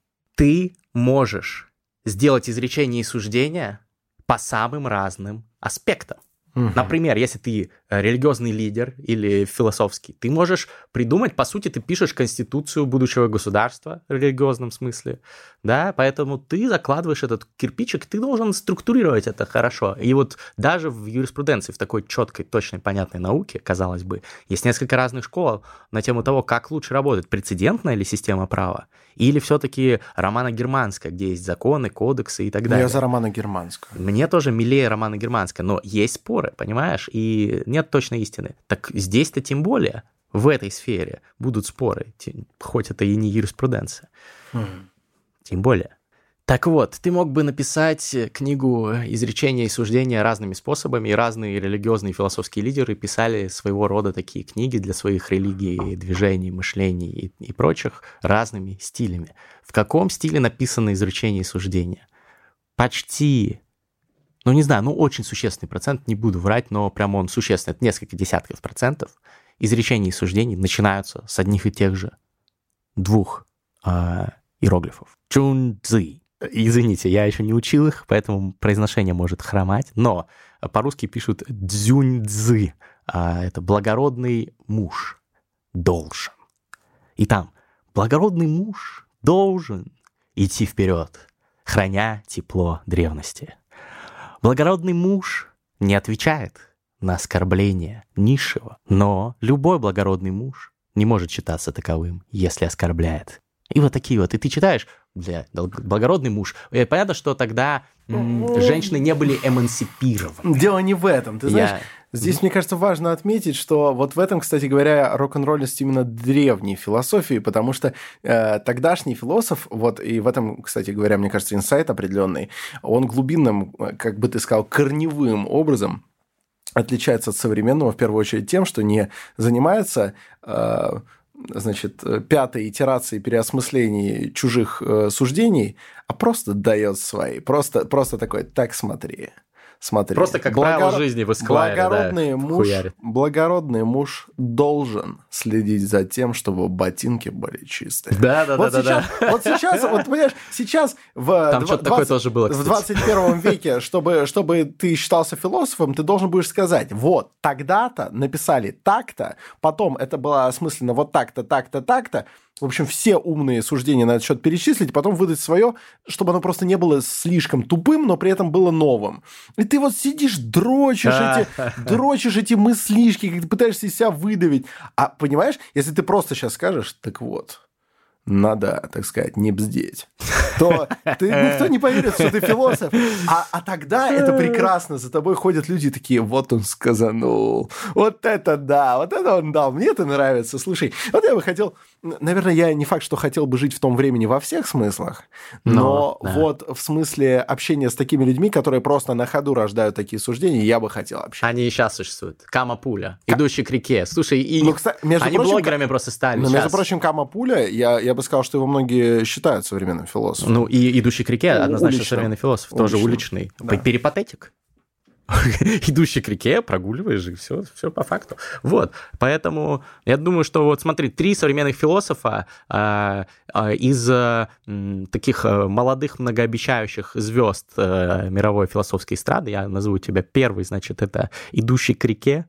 Ты можешь сделать изречение и суждения по самым разным аспектам. Угу. Например, если ты религиозный лидер или философский, ты можешь придумать, по сути, ты пишешь конституцию будущего государства в религиозном смысле, да, поэтому ты закладываешь этот кирпичик, ты должен структурировать это хорошо. И вот даже в юриспруденции, в такой четкой, точной, понятной науке, казалось бы, есть несколько разных школ на тему того, как лучше работает, прецедентная ли система права, или все-таки романо-германская, где есть законы, кодексы и так далее. Я за романо-германскую. Мне тоже милее романо-германская, но есть споры, понимаешь, и нет точной истины. Так здесь-то тем более, в этой сфере будут споры, хоть это и не юриспруденция. Mm. Тем более. Так вот, ты мог бы написать книгу изречения и суждения разными способами, и разные религиозные и философские лидеры писали своего рода такие книги для своих религий, движений, мышлений и, и прочих разными стилями. В каком стиле написано изречение и суждение? Почти... Ну, не знаю, ну, очень существенный процент, не буду врать, но прям он существенный, это несколько десятков процентов изречений и суждений начинаются с одних и тех же двух э, иероглифов. Чунцзы. Извините, я еще не учил их, поэтому произношение может хромать, но по-русски пишут дзюньцзы. Э, это благородный муж должен. И там благородный муж должен идти вперед, храня тепло древности. Благородный муж не отвечает на оскорбление низшего, но любой благородный муж не может считаться таковым, если оскорбляет. И вот такие вот. И ты читаешь, бля, благородный муж. И понятно, что тогда м- женщины не были эмансипированы. Дело не в этом. Ты знаешь, Я... здесь, mm-hmm. мне кажется, важно отметить, что вот в этом, кстати говоря, рок-н-ролльность именно древней философии, потому что э, тогдашний философ, вот и в этом, кстати говоря, мне кажется, инсайт определенный, он глубинным, как бы ты сказал, корневым образом отличается от современного, в первую очередь, тем, что не занимается... Э, значит, пятой итерации переосмыслений чужих э, суждений, а просто дает свои. Просто, просто такой, так смотри. Смотри. Просто как Благор... правило жизни в эсквайре, благородный, да, муж, хуярит. благородный муж должен следить за тем, чтобы ботинки были чистые. Да, да, вот да, сейчас, да, да. Вот сейчас, вот понимаешь, сейчас в, Там что-то такое тоже было, в двадцать первом веке, чтобы, чтобы ты считался философом, ты должен будешь сказать, вот, тогда-то написали так-то, потом это было осмысленно вот так-то, так-то, так-то. В общем, все умные суждения на этот счет перечислить, потом выдать свое, чтобы оно просто не было слишком тупым, но при этом было новым. И ты вот сидишь, дрочишь эти, дрочишь эти мыслишки, как ты пытаешься из себя выдавить. А понимаешь, если ты просто сейчас скажешь, так вот, надо, так сказать, не бздеть, то ты, никто не поверит, что ты философ. А, а тогда это прекрасно. За тобой ходят люди такие, вот он сказанул. Вот это да, вот это он дал. Мне это нравится. Слушай, вот я бы хотел... Наверное, я не факт, что хотел бы жить в том времени во всех смыслах, но, но да. вот в смысле общения с такими людьми, которые просто на ходу рождают такие суждения, я бы хотел общаться. Они и сейчас существуют. Кама-пуля, К... идущий к реке. Слушай, и ну, кстати, между они прочим, блогерами просто стали. Но, сейчас. между прочим, Кама-пуля, я, я бы сказал, что его многие считают современным философом. Ну, и идущий к реке, однозначно уличным. современный философ, Уличным. тоже уличный. Да. Перипатетик. Идущий к реке, прогуливаешь, и все, все по факту. Вот, поэтому я думаю, что вот смотри, три современных философа э, э, из э, таких э, молодых многообещающих звезд э, мировой философской эстрады, я назову тебя первый, значит, это «Идущий к реке»,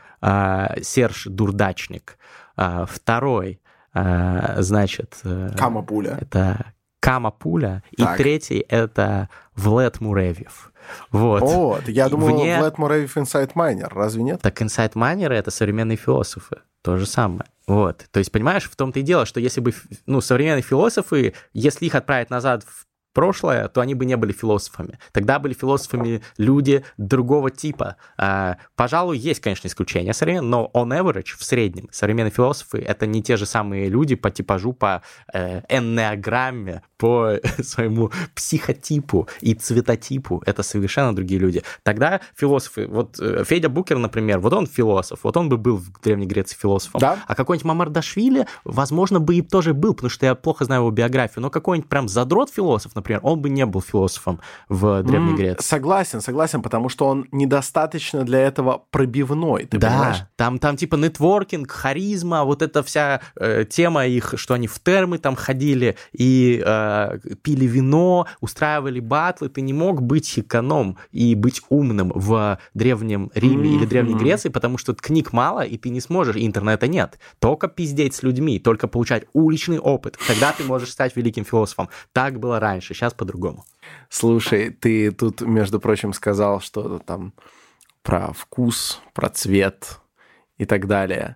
э, Серж Дурдачник, э, второй, э, значит... Э, Кама-пуля. Это Кама-пуля, и так. третий это Влад Муревьев. Вот. О, я думал, Вне... Влад Муревьев инсайт-майнер, разве нет? Так инсайт-майнеры — это современные философы, то же самое. Вот. То есть, понимаешь, в том-то и дело, что если бы ну, современные философы, если их отправить назад в прошлое, то они бы не были философами. Тогда были философами люди другого типа. А, пожалуй, есть, конечно, исключения современные, но on average, в среднем, современные философы — это не те же самые люди по типажу, по э, эннеограмме, по своему психотипу и цветотипу. Это совершенно другие люди. Тогда философы, вот Федя Букер, например, вот он философ, вот он бы был в Древней Греции философом. Да? А какой-нибудь Мамардашвили, возможно, бы и тоже был, потому что я плохо знаю его биографию, но какой-нибудь прям задрот-философ, например, он бы не был философом в Древней mm, Греции. Согласен, согласен, потому что он недостаточно для этого пробивной, ты да, понимаешь? Там, там типа нетворкинг, харизма, вот эта вся э, тема их, что они в термы там ходили и э, пили вино, устраивали батлы. Ты не мог быть эконом и быть умным в Древнем Риме mm-hmm. или Древней Греции, потому что книг мало, и ты не сможешь, и интернета нет. Только пиздеть с людьми, только получать уличный опыт. Тогда ты можешь стать великим философом. Так было раньше. Сейчас по-другому. Слушай, ты тут, между прочим, сказал что-то там про вкус, про цвет и так далее.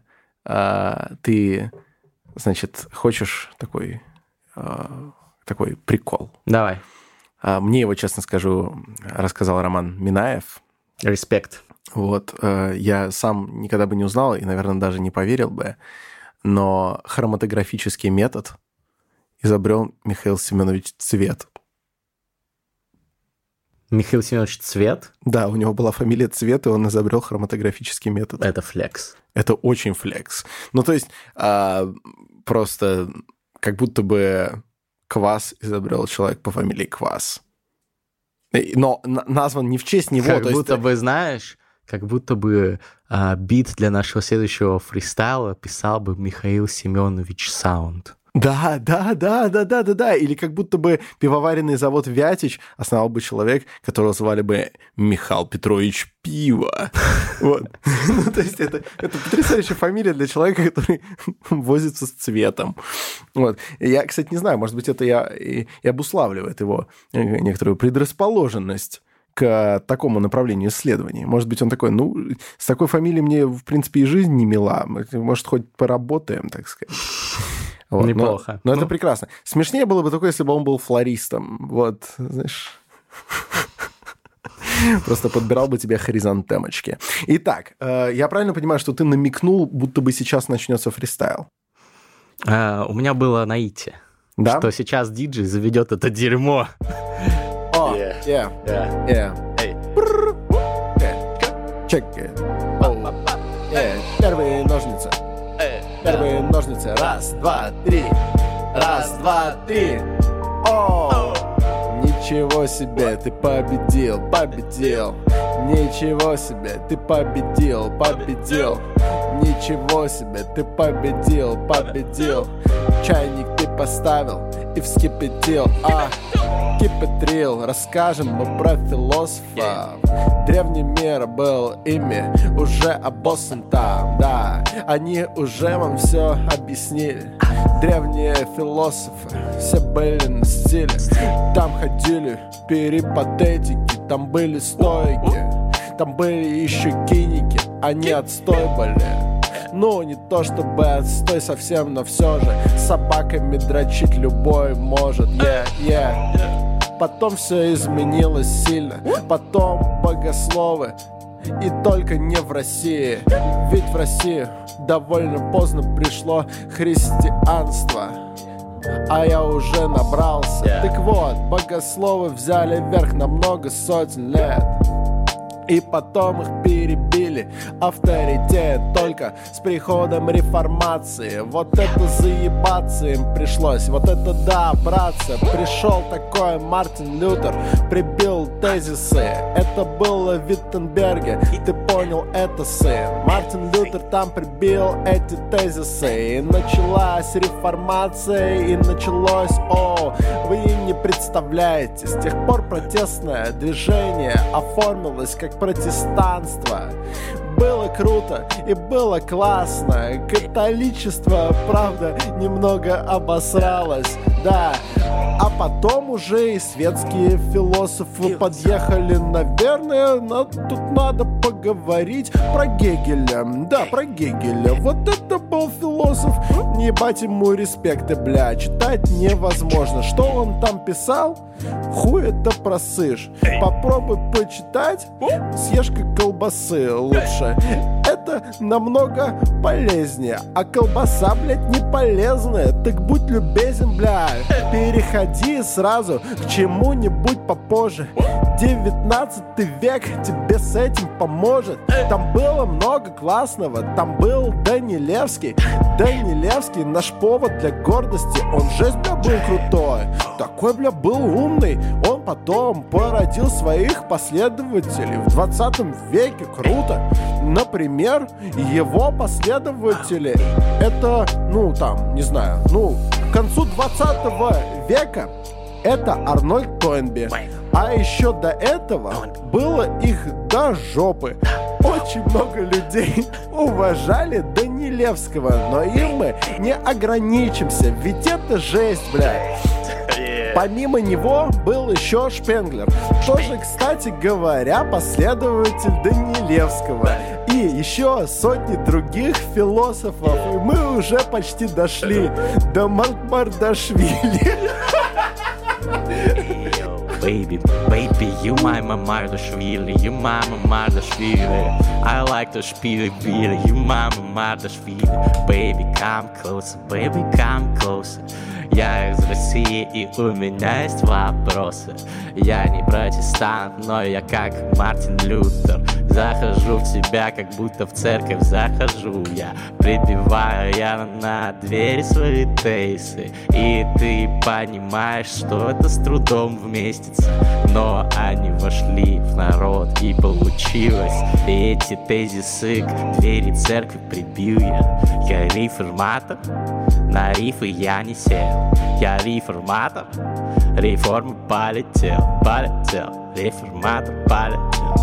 А, ты, значит, хочешь такой, а, такой прикол? Давай. А, мне его, честно скажу, рассказал Роман Минаев. Респект. Вот. А, я сам никогда бы не узнал и, наверное, даже не поверил бы, но хроматографический метод изобрел Михаил Семенович Цвет. Михаил Семенович Цвет? Да, у него была фамилия Цвет, и он изобрел хроматографический метод. Это флекс. Это очень флекс. Ну, то есть, а, просто как будто бы квас изобрел человек по фамилии Квас. Но назван не в честь него. Как то будто есть... бы, знаешь, как будто бы а, бит для нашего следующего фристайла писал бы Михаил Семенович Саунд. Да, да, да, да, да, да, да. Или как будто бы пивоваренный завод Вятич основал бы человек, которого звали бы Михаил Петрович Пиво. Вот. Ну, то есть это, это потрясающая фамилия для человека, который возится с цветом. Вот. Я, кстати, не знаю, может быть, это я, и, и обуславливает его некоторую предрасположенность к такому направлению исследований. Может быть, он такой, ну, с такой фамилией мне, в принципе, и жизнь не мила. Может, хоть поработаем, так сказать. Вот. Неплохо. Но, но ну. это прекрасно. Смешнее было бы только, если бы он был флористом. Вот, знаешь... Просто подбирал бы тебе хризантемочки. Итак, я правильно понимаю, что ты намекнул, будто бы сейчас начнется фристайл? А, у меня было наитие, да? Что сейчас диджей заведет это дерьмо. О, yeah, yeah, yeah, yeah. Hey. Yeah. Check it. Oh. Yeah. Первые ножницы. Первые ножницы. Раз, два, три. Раз, два, три. О! Ничего себе, ты победил, победил. Ничего себе, ты победил, победил. Ничего себе, ты победил, победил. Чайник ты поставил и вскипятил, а кипятрил. Расскажем мы про философов. Древний мир был ими уже обоссан там, да. Они уже вам все объяснили. Древние философы все были на стиле. Там ходили перипатетики, там были стойки, там были еще киники, они отстой были. Ну, не то чтобы отстой совсем, но все же с собаками дрочить любой может, yeah, yeah. Потом все изменилось сильно, потом богословы, и только не в России. Ведь в Россию довольно поздно пришло христианство, а я уже набрался. Так вот, богословы взяли верх на много сотен лет, и потом их перебили. Авторитет только с приходом реформации. Вот это заебаться им пришлось. Вот это да, братцы. Пришел такой Мартин Лютер, прибил тезисы. Это было в Виттенберге, ты понял, это сын. Мартин Лютер там прибил эти тезисы. И началась реформация, и началось, о, вы не представляете. С тех пор протестное движение оформилось как протестанство. Было круто и было классно. Католичество, правда, немного обосралось, да. А потом уже и светские философы подъехали, наверное. Но тут надо поговорить про Гегеля. Да, про Гегеля. Вот это был философ. Не ебать ему респекты, бля. Читать невозможно. Что он там писал? Хуй это просышь. Попробуй почитать. Съешь-ка колбасы лучше. Это намного полезнее. А колбаса, блядь, не полезная. Так будь любезен, бля. Переходи сразу к чему-нибудь попозже. девятнадцатый век тебе с этим поможет. Там было много классного. Там был Данилевский. Данилевский наш повод для гордости. Он жесть, бля, был крутой. Такой, бля, был умный. Он потом породил своих последователей в двадцатом веке. Круто. Например, его последователи, это, ну, там, не знаю, ну, к концу двадцатого века это Арнольд Тойнби. А еще до этого было их до жопы. Очень много людей уважали Данилевского, но им мы не ограничимся, ведь это жесть, блядь. Помимо него был еще Шпенглер, тоже, кстати говоря, последователь Данилевского. И еще сотни других философов. И мы уже почти дошли до Мардашвили. Baby, baby, you my Mardashvili, you my Mardashvili. I like to spill beer, you my Mardashvili. Baby, come closer, baby, come closer. Я из России, и у меня есть вопросы. Я не протестант, но я как Мартин Лютер Захожу в тебя, как будто в церковь захожу я. Прибиваю я на двери свои тейсы. И ты понимаешь, что это с трудом вместится. Но они вошли в народ, и получилось. И эти тезисы к двери церкви прибил я. Я реформатор, на рифы я не сел. Я реформатор, реформы полетел, полетел. Реформатор полетел.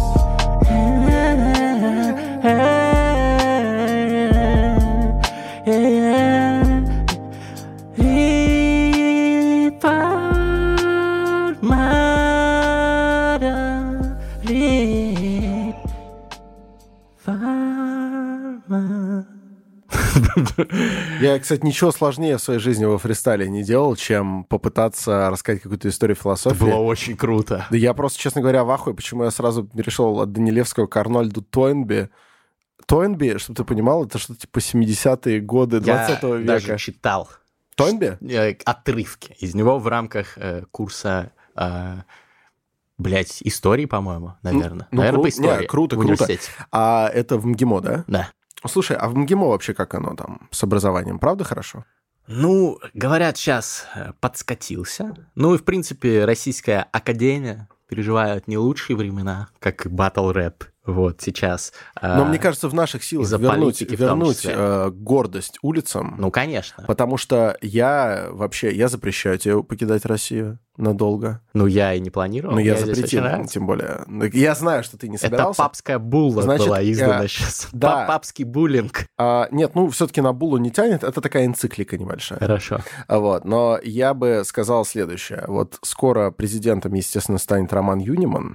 Я, кстати, ничего сложнее в своей жизни во фристайле не делал, чем попытаться рассказать какую-то историю философии. Это было очень круто. Да я просто, честно говоря, в ахуе, почему я сразу перешел от Данилевского к Арнольду Тойнби. Тойнби, чтобы ты понимал, это что-то типа семидесятые годы двадцатого века. Я даже читал. Тойнби? Отрывки из него в рамках э, курса... Э, блять, истории, по-моему, наверное. Ну, наверное, кру... по истории. Не, круто, в круто. университете. А это в МГИМО, да? Да. Слушай, а в МГИМО вообще как оно там с образованием? Правда хорошо? Ну, говорят, сейчас подскатился. Ну и, в принципе, Российская академия переживает не лучшие времена, как и батл-рэп. Вот сейчас. Но мне кажется, в наших силах вернуть, вернуть э, гордость улицам. Ну, конечно. Потому что я вообще, я запрещаю тебе покидать Россию надолго. Ну, я и не планировал. Ну, я запретил, тем более. Я знаю, что ты не собирался. Это папская булла Значит, была издана я... сейчас. Да. Папский буллинг. А, нет, ну, все-таки на буллу не тянет. Это такая энциклика небольшая. Хорошо. Вот. Но я бы сказал следующее. Вот скоро президентом, естественно, станет Роман Юниман.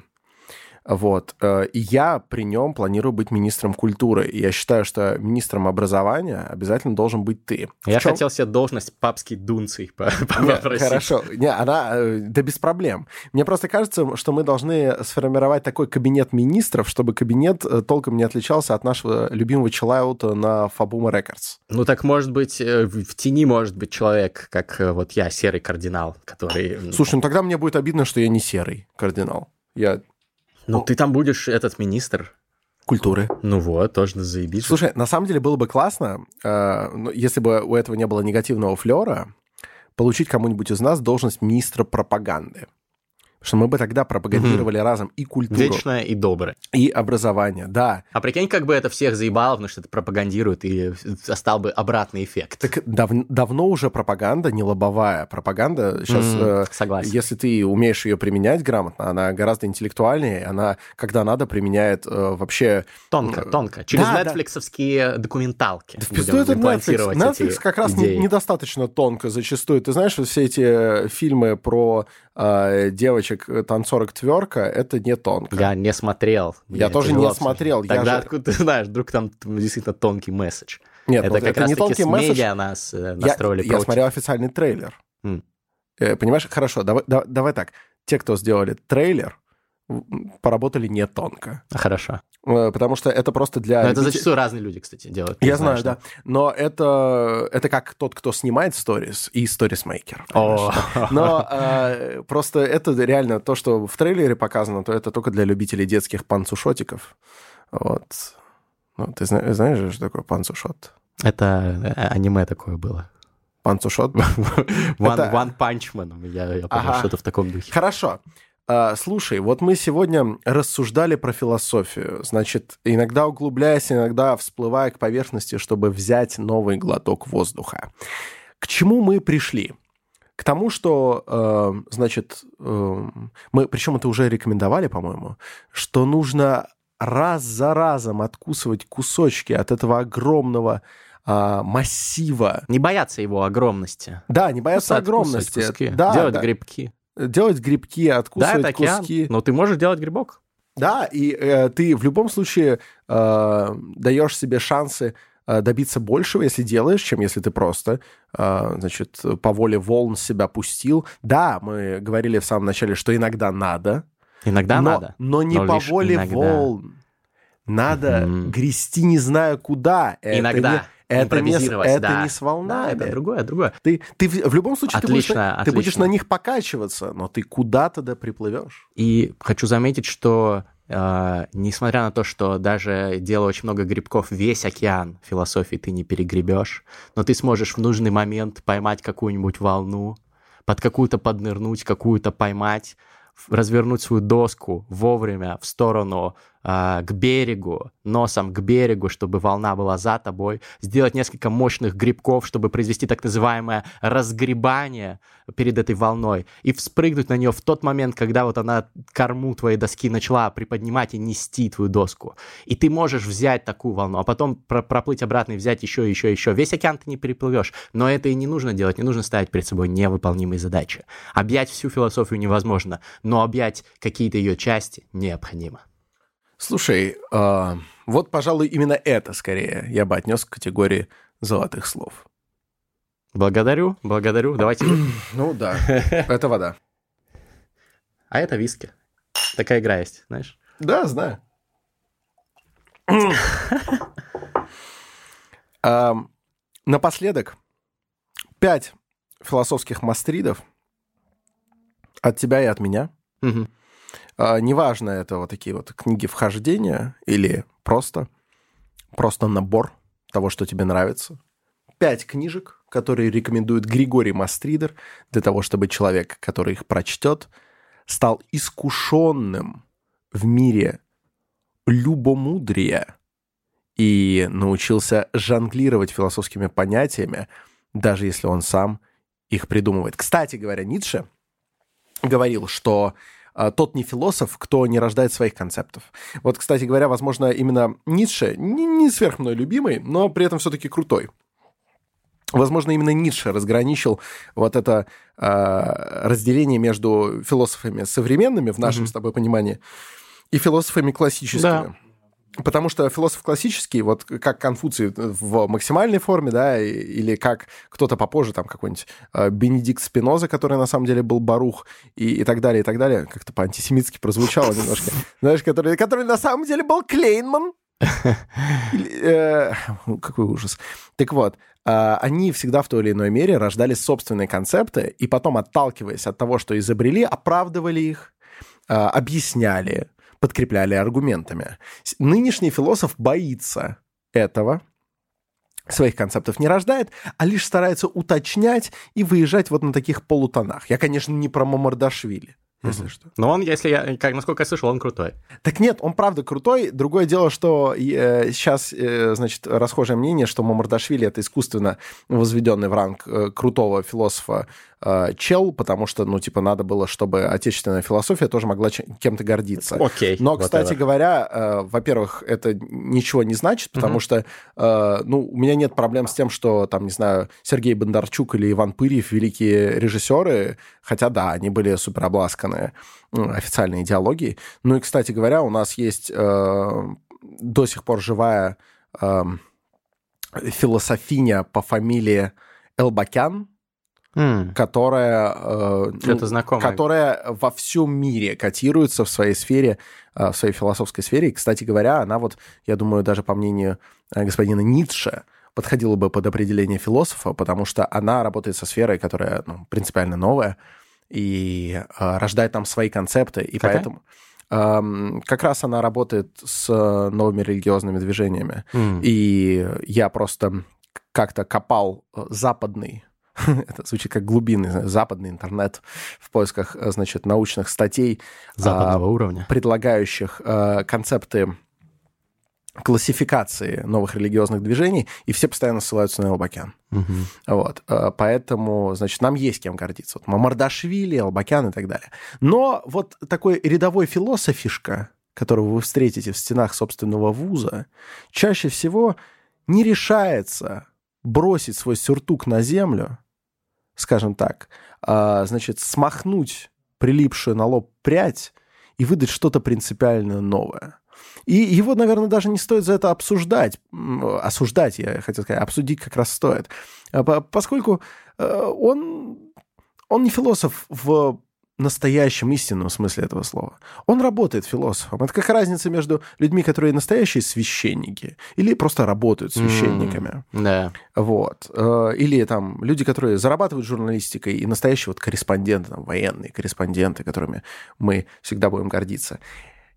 Вот. И я при нем планирую быть министром культуры. И я считаю, что министром образования обязательно должен быть ты. Я чем... хотел себе должность папский дунций попросить. Хорошо. Не, она... Да без проблем. Мне просто кажется, что мы должны сформировать такой кабинет министров, чтобы кабинет толком не отличался от нашего любимого чиллаута на Фабума Рекордс. Ну так, может быть, в тени может быть человек, как вот я, серый кардинал, который... Слушай, ну тогда мне будет обидно, что я не серый кардинал. Я... Ну, ты там будешь этот министр. Культуры. Ну вот, тоже заебись. Слушай, на самом деле было бы классно, э, если бы у этого не было негативного флера, получить кому-нибудь из нас должность министра пропаганды. Что мы бы тогда пропагандировали mm-hmm. разом и культуру. Вечное и доброе. И образование, да. А прикинь, как бы это всех заебало, потому что это пропагандирует, и стал бы обратный эффект. Так дав- давно уже пропаганда не лобовая. Пропаганда сейчас, mm, э, согласен. Если ты умеешь ее применять грамотно, она гораздо интеллектуальнее, она, когда надо, применяет э, вообще... Тонко, э, тонко. Через да, нетфликсовские да. документалки. Да в пизду это Netflix. Netflix как раз не, недостаточно тонко зачастую. Ты знаешь, вот все эти фильмы про э, девочек танцорок тверка, это не тонко. Я не смотрел. Я тоже не смотрел. Тогда я откуда же... ты знаешь, вдруг там действительно тонкий месседж. Нет, это ну, как это раз не таки тонкий с месседж. медиа нас настроили я, против. Я смотрел официальный трейлер. Mm. Понимаешь? Хорошо, давай, давай, давай так. Те, кто сделали трейлер, поработали не тонко. Хорошо. Потому что это просто для... Но это зачастую разные люди, кстати, делают. Я знаю, да. Но это, это как тот, кто снимает сторис и сторисмейкер. Но э, просто это реально то, что в трейлере показано, то это только для любителей детских панцушотиков. Вот. Ну, ты знаешь, знаешь, что такое панцушот? Это аниме такое было. Панцушот? One, это... One Punch Man. Я, я помню, ага. что-то в таком духе. Хорошо. Uh, слушай, вот мы сегодня рассуждали про философию. Значит, иногда углубляясь, иногда всплывая к поверхности, чтобы взять новый глоток воздуха. К чему мы пришли? К тому, что, uh, значит, uh, мы, причем это уже рекомендовали, по-моему, что нужно раз за разом откусывать кусочки от этого огромного uh, массива. Не бояться его огромности. Да, не бояться Просто огромности. Куски. Да, Делать да. грибки. Делать грибки, откусывать да, это куски. Океан, но ты можешь делать грибок. Да, и э, ты в любом случае э, даешь себе шансы э, добиться большего, если делаешь, чем если ты просто, э, значит, по воле волн себя пустил. Да, мы говорили в самом начале, что иногда надо. Иногда но, надо. Но не но по воле иногда. волн. Надо mm-hmm. грести не знаю куда. Иногда. Это не, это не, это да. не с волнами. Да, это другое, другое. Ты, ты в, в любом случае отлично, ты, будешь, отлично. ты будешь на них покачиваться, но ты куда-то да приплывешь. И хочу заметить, что э, несмотря на то, что даже делая очень много грибков, весь океан философии ты не перегребешь, но ты сможешь в нужный момент поймать какую-нибудь волну, под какую-то поднырнуть, какую-то поймать, развернуть свою доску вовремя в сторону э, к берегу, носом к берегу, чтобы волна была за тобой, сделать несколько мощных грибков, чтобы произвести так называемое разгребание перед этой волной и вспрыгнуть на нее в тот момент, когда вот она корму твоей доски начала приподнимать и нести твою доску. И ты можешь взять такую волну, а потом про- проплыть обратно и взять еще, еще, еще. Весь океан ты не переплывешь, но это и не нужно делать, не нужно ставить перед собой невыполнимые задачи. Объять всю философию невозможно, но объять какие-то ее части необходимо. Слушай, э, вот, пожалуй, именно это скорее я бы отнес к категории золотых слов. Благодарю, благодарю. Давайте. Ну да, это вода. А это виски. Такая игра есть, знаешь? Да, знаю. А, напоследок, пять философских мастридов от тебя и от меня. Угу. А, неважно, это вот такие вот книги вхождения или просто, просто набор того, что тебе нравится. Пять книжек, которые рекомендует Григорий Мастридер для того, чтобы человек, который их прочтет, стал искушенным в мире любомудрия и научился жонглировать философскими понятиями, даже если он сам их придумывает. Кстати говоря, Ницше говорил, что а, тот не философ, кто не рождает своих концептов. Вот, кстати говоря, возможно, именно Ницше не, не сверх мной любимый, но при этом все-таки крутой. Возможно, именно Ницше разграничил вот это э, разделение между философами современными, в нашем mm-hmm. с тобой понимании, и философами классическими. Да. Потому что философ классический, вот как Конфуций в максимальной форме, да, или как кто-то попозже, там какой-нибудь э, Бенедикт Спиноза, который на самом деле был Барух, и, и так далее, и так далее, как-то по-антисемитски прозвучало немножко, знаешь, который, который на самом деле был Клейнман. Какой ужас. Так вот, они всегда в той или иной мере рождали собственные концепты, и потом, отталкиваясь от того, что изобрели, оправдывали их, объясняли, подкрепляли аргументами. Нынешний философ боится этого, своих концептов не рождает, а лишь старается уточнять и выезжать вот на таких полутонах. Я, конечно, не про Мамардашвили. Если mm-hmm. что. Но он, если я, как, насколько я слышал, он крутой. Так нет, он правда крутой. Другое дело, что э, сейчас, э, значит, расхожее мнение, что Мамардашвили — это искусственно возведенный в ранг э, крутого философа э, чел, потому что, ну, типа, надо было, чтобы отечественная философия тоже могла кем-то гордиться. Окей. Okay, Но, кстати whatever. говоря, э, во-первых, это ничего не значит, потому mm-hmm. что, э, ну, у меня нет проблем с тем, что, там, не знаю, Сергей Бондарчук или Иван Пырьев — великие режиссеры, хотя, да, они были суперобласканы официальной идеологии. Ну и, кстати говоря, у нас есть э, до сих пор живая э, философиня по фамилии Элбакян, mm. которая, э, ну, которая во всем мире котируется в своей сфере, э, в своей философской сфере. И, кстати говоря, она вот, я думаю, даже по мнению э, господина Ницше, подходила бы под определение философа, потому что она работает со сферой, которая, ну, принципиально новая, и э, рождает там свои концепты, и Какая? поэтому э, как раз она работает с новыми религиозными движениями. Mm. И я просто как-то копал западный, это звучит как глубинный, западный интернет в поисках, значит, научных статей западного э, уровня, предлагающих э, концепты классификации новых религиозных движений, и все постоянно ссылаются на Элбакян. Угу. Вот. Поэтому, значит, нам есть кем гордиться. Вот Мамардашвили, Элбакян и так далее. Но вот такой рядовой философишка, которого вы встретите в стенах собственного вуза, чаще всего не решается бросить свой сюртук на землю, скажем так, значит, смахнуть прилипшую на лоб прядь и выдать что-то принципиально новое. И его, наверное, даже не стоит за это обсуждать. Осуждать, я хотел сказать, обсудить как раз стоит. Поскольку он, он не философ в настоящем, истинном смысле этого слова. Он работает философом. Это как разница между людьми, которые настоящие священники, или просто работают священниками. Mm, да. Вот. Или там люди, которые зарабатывают журналистикой, и настоящие вот корреспонденты, там, военные корреспонденты, которыми мы всегда будем гордиться.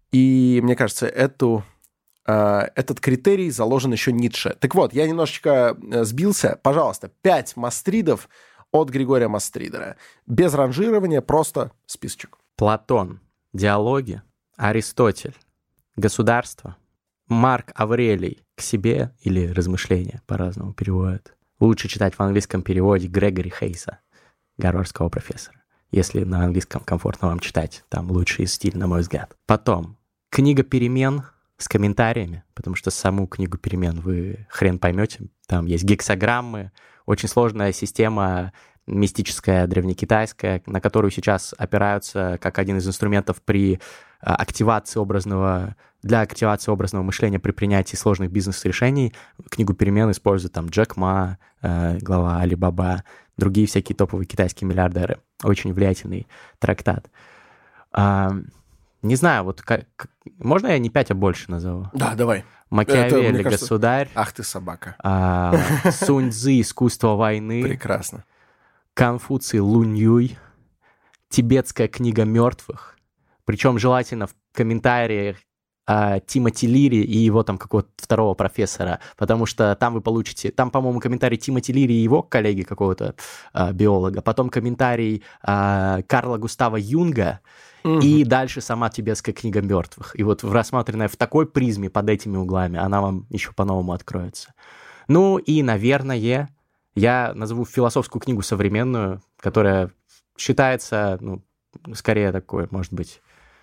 И, мне кажется, эту, э, этот критерий заложен еще Ницше. Так вот, я немножечко сбился. Пожалуйста, пять мастридов от Григория Мастридера. Без ранжирования, просто списочек. Платон, диалоги, Аристотель, государство, Марк Аврелий, к себе или размышления, по-разному переводят. Лучше читать в английском переводе Грегори Хейса, гарвардского профессора. Если на английском комфортно вам читать, там лучший стиль, на мой взгляд. Потом, книга «Перемен» с комментариями, потому что саму книгу «Перемен» вы хрен поймете. Там есть гексаграммы, очень сложная система мистическая, древнекитайская, на которую сейчас опираются как один из инструментов при активации образного, для активации образного мышления при принятии сложных бизнес-решений. Книгу «Перемен» используют там Джек Ма, э, глава Алибаба, другие всякие топовые китайские миллиардеры. Очень влиятельный трактат. А, не знаю, вот как, можно я не пять, а больше назову? Да, давай. Макиавелли, «Государь». Ах ты собака. А, Сунь Цзы, «Искусство войны». Прекрасно. Конфуций, Лунь Юй. Тибетская книга мертвых. Причем желательно в комментариях а, Тимоти Лири и его там какого-то второго профессора, потому что там вы получите, там, по-моему, комментарий Тимоти Лири и его коллеги какого-то а, биолога, потом комментарий а, Карла Густава Юнга, угу. И дальше сама тибетская книга мертвых. И вот рассмотренная в такой призме под этими углами, она вам еще по-новому откроется. Ну и, наверное, я назову философскую книгу современную, которая считается, ну, скорее такой, может быть,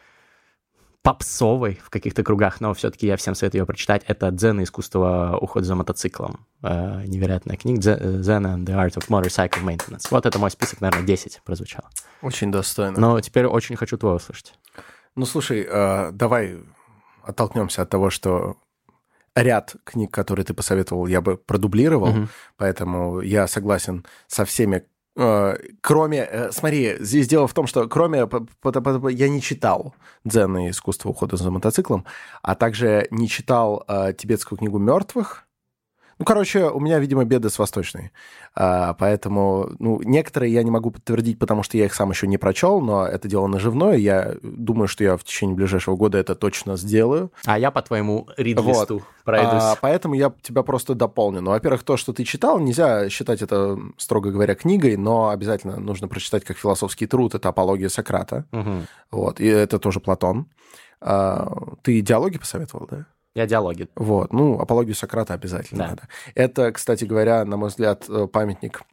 попсовой в каких-то кругах, но все-таки я всем советую ее прочитать. Это «Дзен и искусство ухода за мотоциклом». Э, невероятная книга. «Дзен and the art of motorcycle maintenance». Вот это мой список, наверное, десять прозвучало. Очень достойно. Но теперь очень хочу твой услышать. Ну, слушай, э, давай оттолкнемся от того, что ряд книг, которые ты посоветовал, я бы продублировал, угу. Поэтому я согласен со всеми. Кроме, смотри, здесь дело в том, что кроме, я не читал «Дзен и искусство ухода за мотоциклом», а также не читал тибетскую книгу мертвых. Ну, короче, у меня, видимо, беды с восточной. Поэтому, ну, некоторые я не могу подтвердить, потому что я их сам еще не прочел, но это дело наживное. Я думаю, что я в течение ближайшего года это точно сделаю. А я по твоему рид-листу вот. пройдусь. А, поэтому я тебя просто дополню. Ну, во-первых, то, что ты читал, нельзя считать это, строго говоря, книгой, но обязательно нужно прочитать как философский труд. Это «Апология Сократа». Угу. Вот. И это тоже Платон. А, ты диалоги посоветовал, да? Я диалоги. Вот, ну, «Апологию Сократа» обязательно да. надо. Это, кстати говоря, на мой взгляд, памятник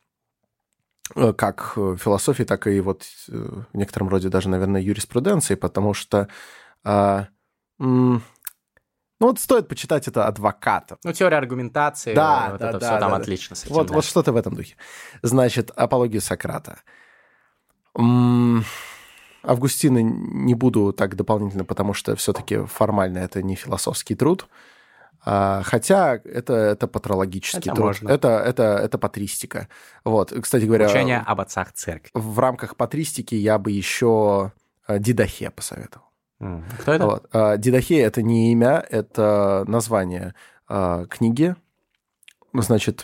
как философии, так и вот в некотором роде даже, наверное, юриспруденции, потому что, а, м- ну, вот стоит почитать это адвоката. Ну, теория аргументации, да, вот да, это да, все да, там да. отлично с этим. Вот, да. вот что-то в этом духе. Значит, «Апологию Сократа». М- Августины не буду так дополнительно, потому что все-таки формально это не философский труд, а, хотя это, это патрологический хотя труд, это, это, это патристика. Вот, кстати говоря, учение об отцах церкви. В рамках патристики я бы еще Дидахе посоветовал. Mm. Кто это? Вот. Дидахе – это не имя, это название книги. Значит,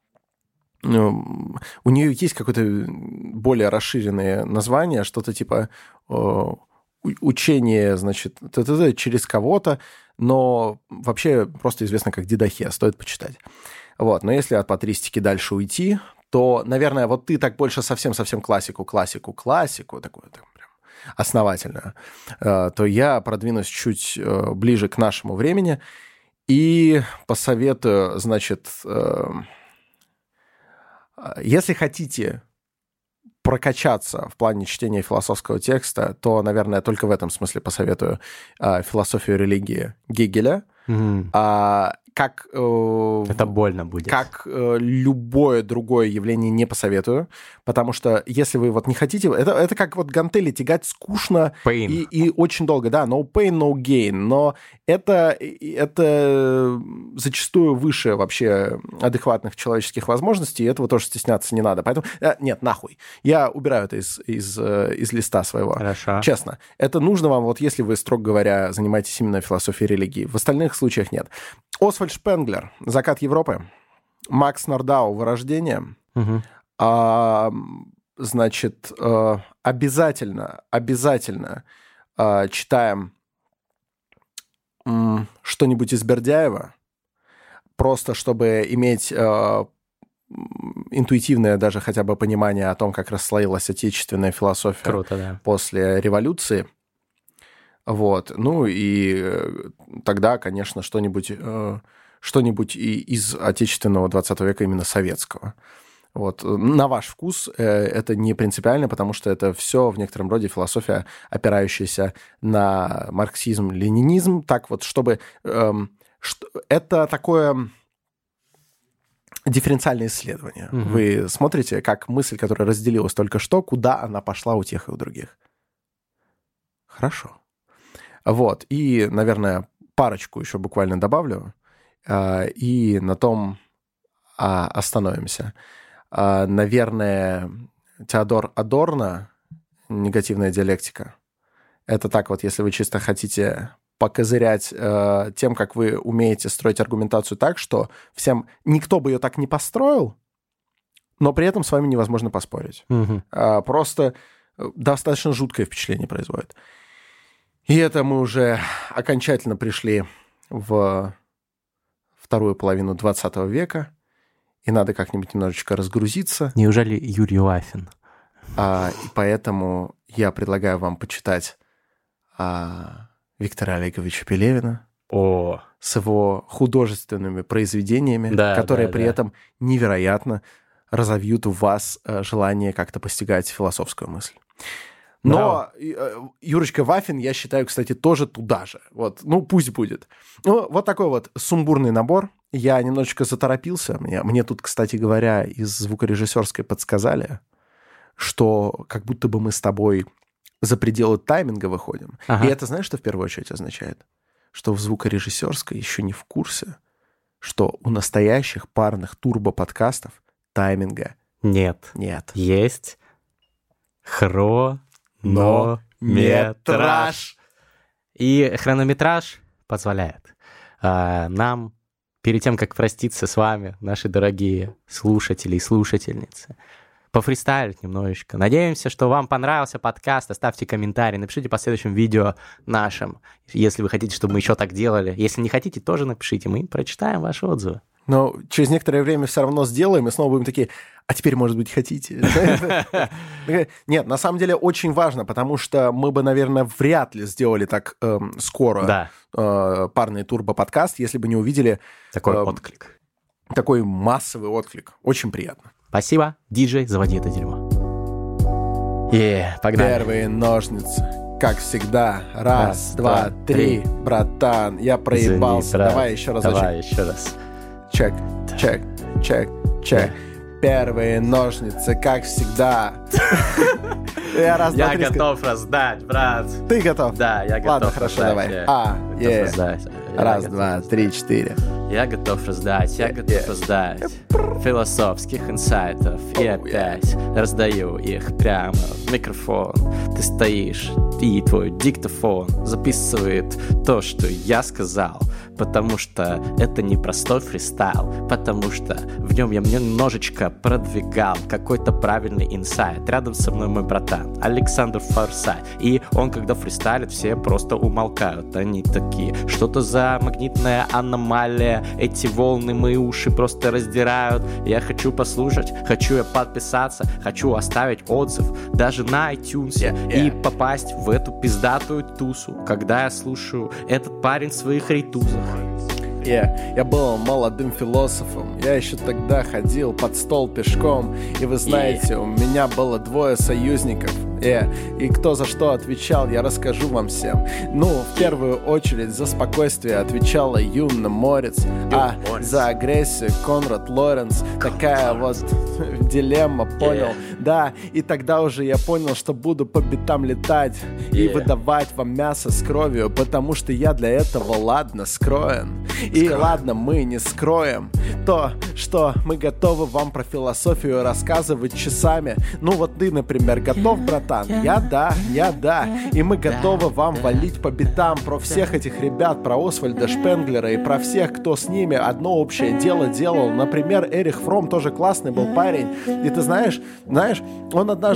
у нее есть какое-то более расширенное название, что-то типа учение, значит, через кого-то, но вообще просто известно как Дидахе, стоит почитать. Вот. Но если от патристики дальше уйти, то, наверное, вот ты так больше совсем-совсем классику, классику, классику, такую так прям основательную, то я продвинусь чуть ближе к нашему времени и посоветую, значит... Если хотите прокачаться в плане чтения философского текста, то, наверное, только в этом смысле посоветую э, философию религии Гегеля. Mm-hmm. А, как, э, Это больно будет. Как э, любое другое явление не посоветую, потому что если вы вот не хотите... Это, это как вот гантели тягать скучно и, и очень долго. Да, no pain, no gain. Но это, это зачастую выше вообще адекватных человеческих возможностей, и этого тоже стесняться не надо. Поэтому... Э, нет, нахуй. Я убираю это из, из, из листа своего. Хорошо. Честно. Это нужно вам, вот если вы, строго говоря, занимаетесь именно философией религии. В остальных случаях нет. Освальд Шпенглер «Закат Европы», Макс Нордау «Вырождение». Угу. А, значит, обязательно, обязательно читаем м- что-нибудь из Бердяева, просто чтобы иметь э, интуитивное даже хотя бы понимание о том, как расслоилась отечественная философия Круто, да. после революции. Вот. Ну и тогда, конечно, что-нибудь, э, что-нибудь и из отечественного двадцатого века, именно советского. Вот. На ваш вкус э, это не принципиально, потому что это все в некотором роде философия, опирающаяся на марксизм, ленинизм. Так вот, чтобы... Э, что, это такое дифференциальное исследование. Mm-hmm. Вы смотрите, как мысль, которая разделилась только что, куда она пошла у тех и у других. Хорошо. Вот. И, наверное, парочку еще буквально добавлю, э, и на том э, остановимся. Наверное, Теодор Адорно «Негативная диалектика». Это так вот, если вы чисто хотите покозырять э, тем, как вы умеете строить аргументацию так, что всем... Никто бы ее так не построил, но при этом с вами невозможно поспорить. Угу. Э, просто достаточно жуткое впечатление производит. И это мы уже окончательно пришли в вторую половину двадцатого века, и надо как-нибудь немножечко разгрузиться. Неужели Юрий Лафин? А, и поэтому я предлагаю вам почитать а, Виктора Олеговича Пелевина О. с его художественными произведениями, да, которые да, при да. этом невероятно разовьют у вас а, желание как-то постигать философскую мысль. Но, да. Юрочка Вафин, я считаю, кстати, тоже туда же. Вот, ну, пусть будет. Ну, вот такой вот сумбурный набор. Я немножечко заторопился. Мне, мне тут, кстати говоря, из звукорежиссерской подсказали, что как будто бы мы с тобой за пределы тайминга выходим. Ага. И это, знаешь, что в первую очередь означает? Что в звукорежиссерской еще не в курсе, что у настоящих парных турбо-подкастов тайминга нет. Нет. Есть хро... Но метраж. И хронометраж позволяет а, нам, перед тем, как проститься с вами, наши дорогие слушатели и слушательницы, пофристайлить немножечко. Надеемся, что вам понравился подкаст. Оставьте комментарий, напишите по следующим видео нашим, если вы хотите, чтобы мы еще так делали. Если не хотите, тоже напишите, мы прочитаем ваши отзывы. Но через некоторое время все равно сделаем, и снова будем такие, а теперь, может быть, хотите? Нет, на самом деле очень важно, потому что мы бы, наверное, вряд ли сделали так скоро парный турбо-подкаст, если бы не увидели... Такой отклик. Такой массовый отклик. Очень приятно. Спасибо. Диджей, заводи это дерьмо. Е, погнали. Первые ножницы. Как всегда. Раз, Раз два, два, три. Братан, я проебался. Извини, давай еще разочек. Давай еще раз. Чек, чек, чек, чек. Первые ножницы, как всегда. Я, раз, я два, три, готов скажу. раздать, брат. Ты готов? Да, я готов. Ладно, хорошо, раздать. давай. Я а, готов е. раздать. Раз, я два, готов. три, четыре. Я готов раздать, я готов yeah. раздать философских инсайтов. И oh, опять yeah. раздаю их прямо в микрофон. Ты стоишь, и твой диктофон записывает то, что я сказал. Потому что это не простой фристайл. Потому что в нем я немножечко продвигал какой-то правильный инсайт. Рядом со мной мой братан Александр Форсайт. И он, когда фристайлит, все просто умолкают. Они такие, что-то за магнитная аномалия. Эти волны мои уши просто раздирают. Я хочу послушать, хочу я подписаться, хочу оставить отзыв даже на iTunes yeah, yeah. и попасть в эту пиздатую тусу, когда я слушаю этот парень в своих рейтузах. Yeah. Я был молодым философом. Я еще тогда ходил под стол пешком. И вы знаете, yeah. у меня было двое союзников. Yeah. И кто за что отвечал, я расскажу вам всем. Ну, в первую очередь за спокойствие отвечала Юна Морец, а Морец. За агрессию Конрад Лоренс. Такая вот дилемма, понял? Yeah. Да, и тогда уже я понял, что буду по битам летать yeah. и выдавать вам мясо с кровью, потому что я для этого, ладно, скроен. И Скроем. Ладно, мы не скроем то, что мы готовы вам про философию рассказывать часами. Ну вот ты, например, готов, братан? Я да, я да. И мы готовы вам валить по битам про всех этих ребят, про Освальда Шпенглера и про всех, кто с ними одно общее дело делал. Например, Эрих Фром тоже классный был парень. И ты знаешь, знаешь, он однажды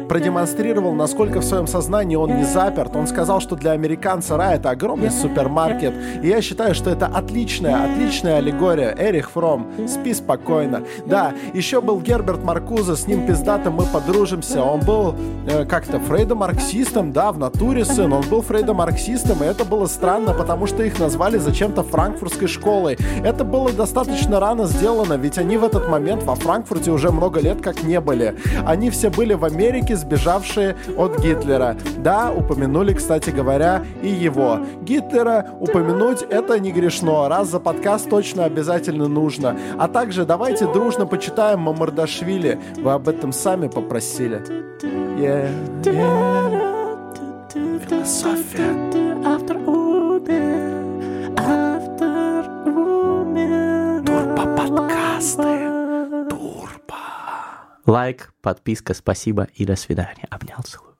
продемонстрировал, насколько в своем сознании он не заперт. Он сказал, что для американца рай — это огромный супермаркет. И я считаю, что это отличная, отличная аллегория. Эрих Фром, спи спокойно. Да, еще был Герберт Маркузе, с ним пиздатым мы подружимся. Он был э, как-то фрейдомарксистом, да, в натуре сын. Он был фрейдомарксистом, и это было странно, потому что их назвали зачем-то франкфуртской школой. Это было достаточно рано сделано, ведь они в этот момент во Франкфурте уже много лет как не были. Они все были в Америке, сбежавшие от Гитлера. Да, упомянули, кстати говоря, и его. Гитлера упомянуть — это не грешно. Раз за подкаст точно обязательно нужно. А также давайте дружно почитаем Мамардашвили. Вы об этом сами попросили. Yeah, yeah. Философия. Турбо-подкасты. Турбо. Лайк, подписка, спасибо и до свидания. Обнял, целую.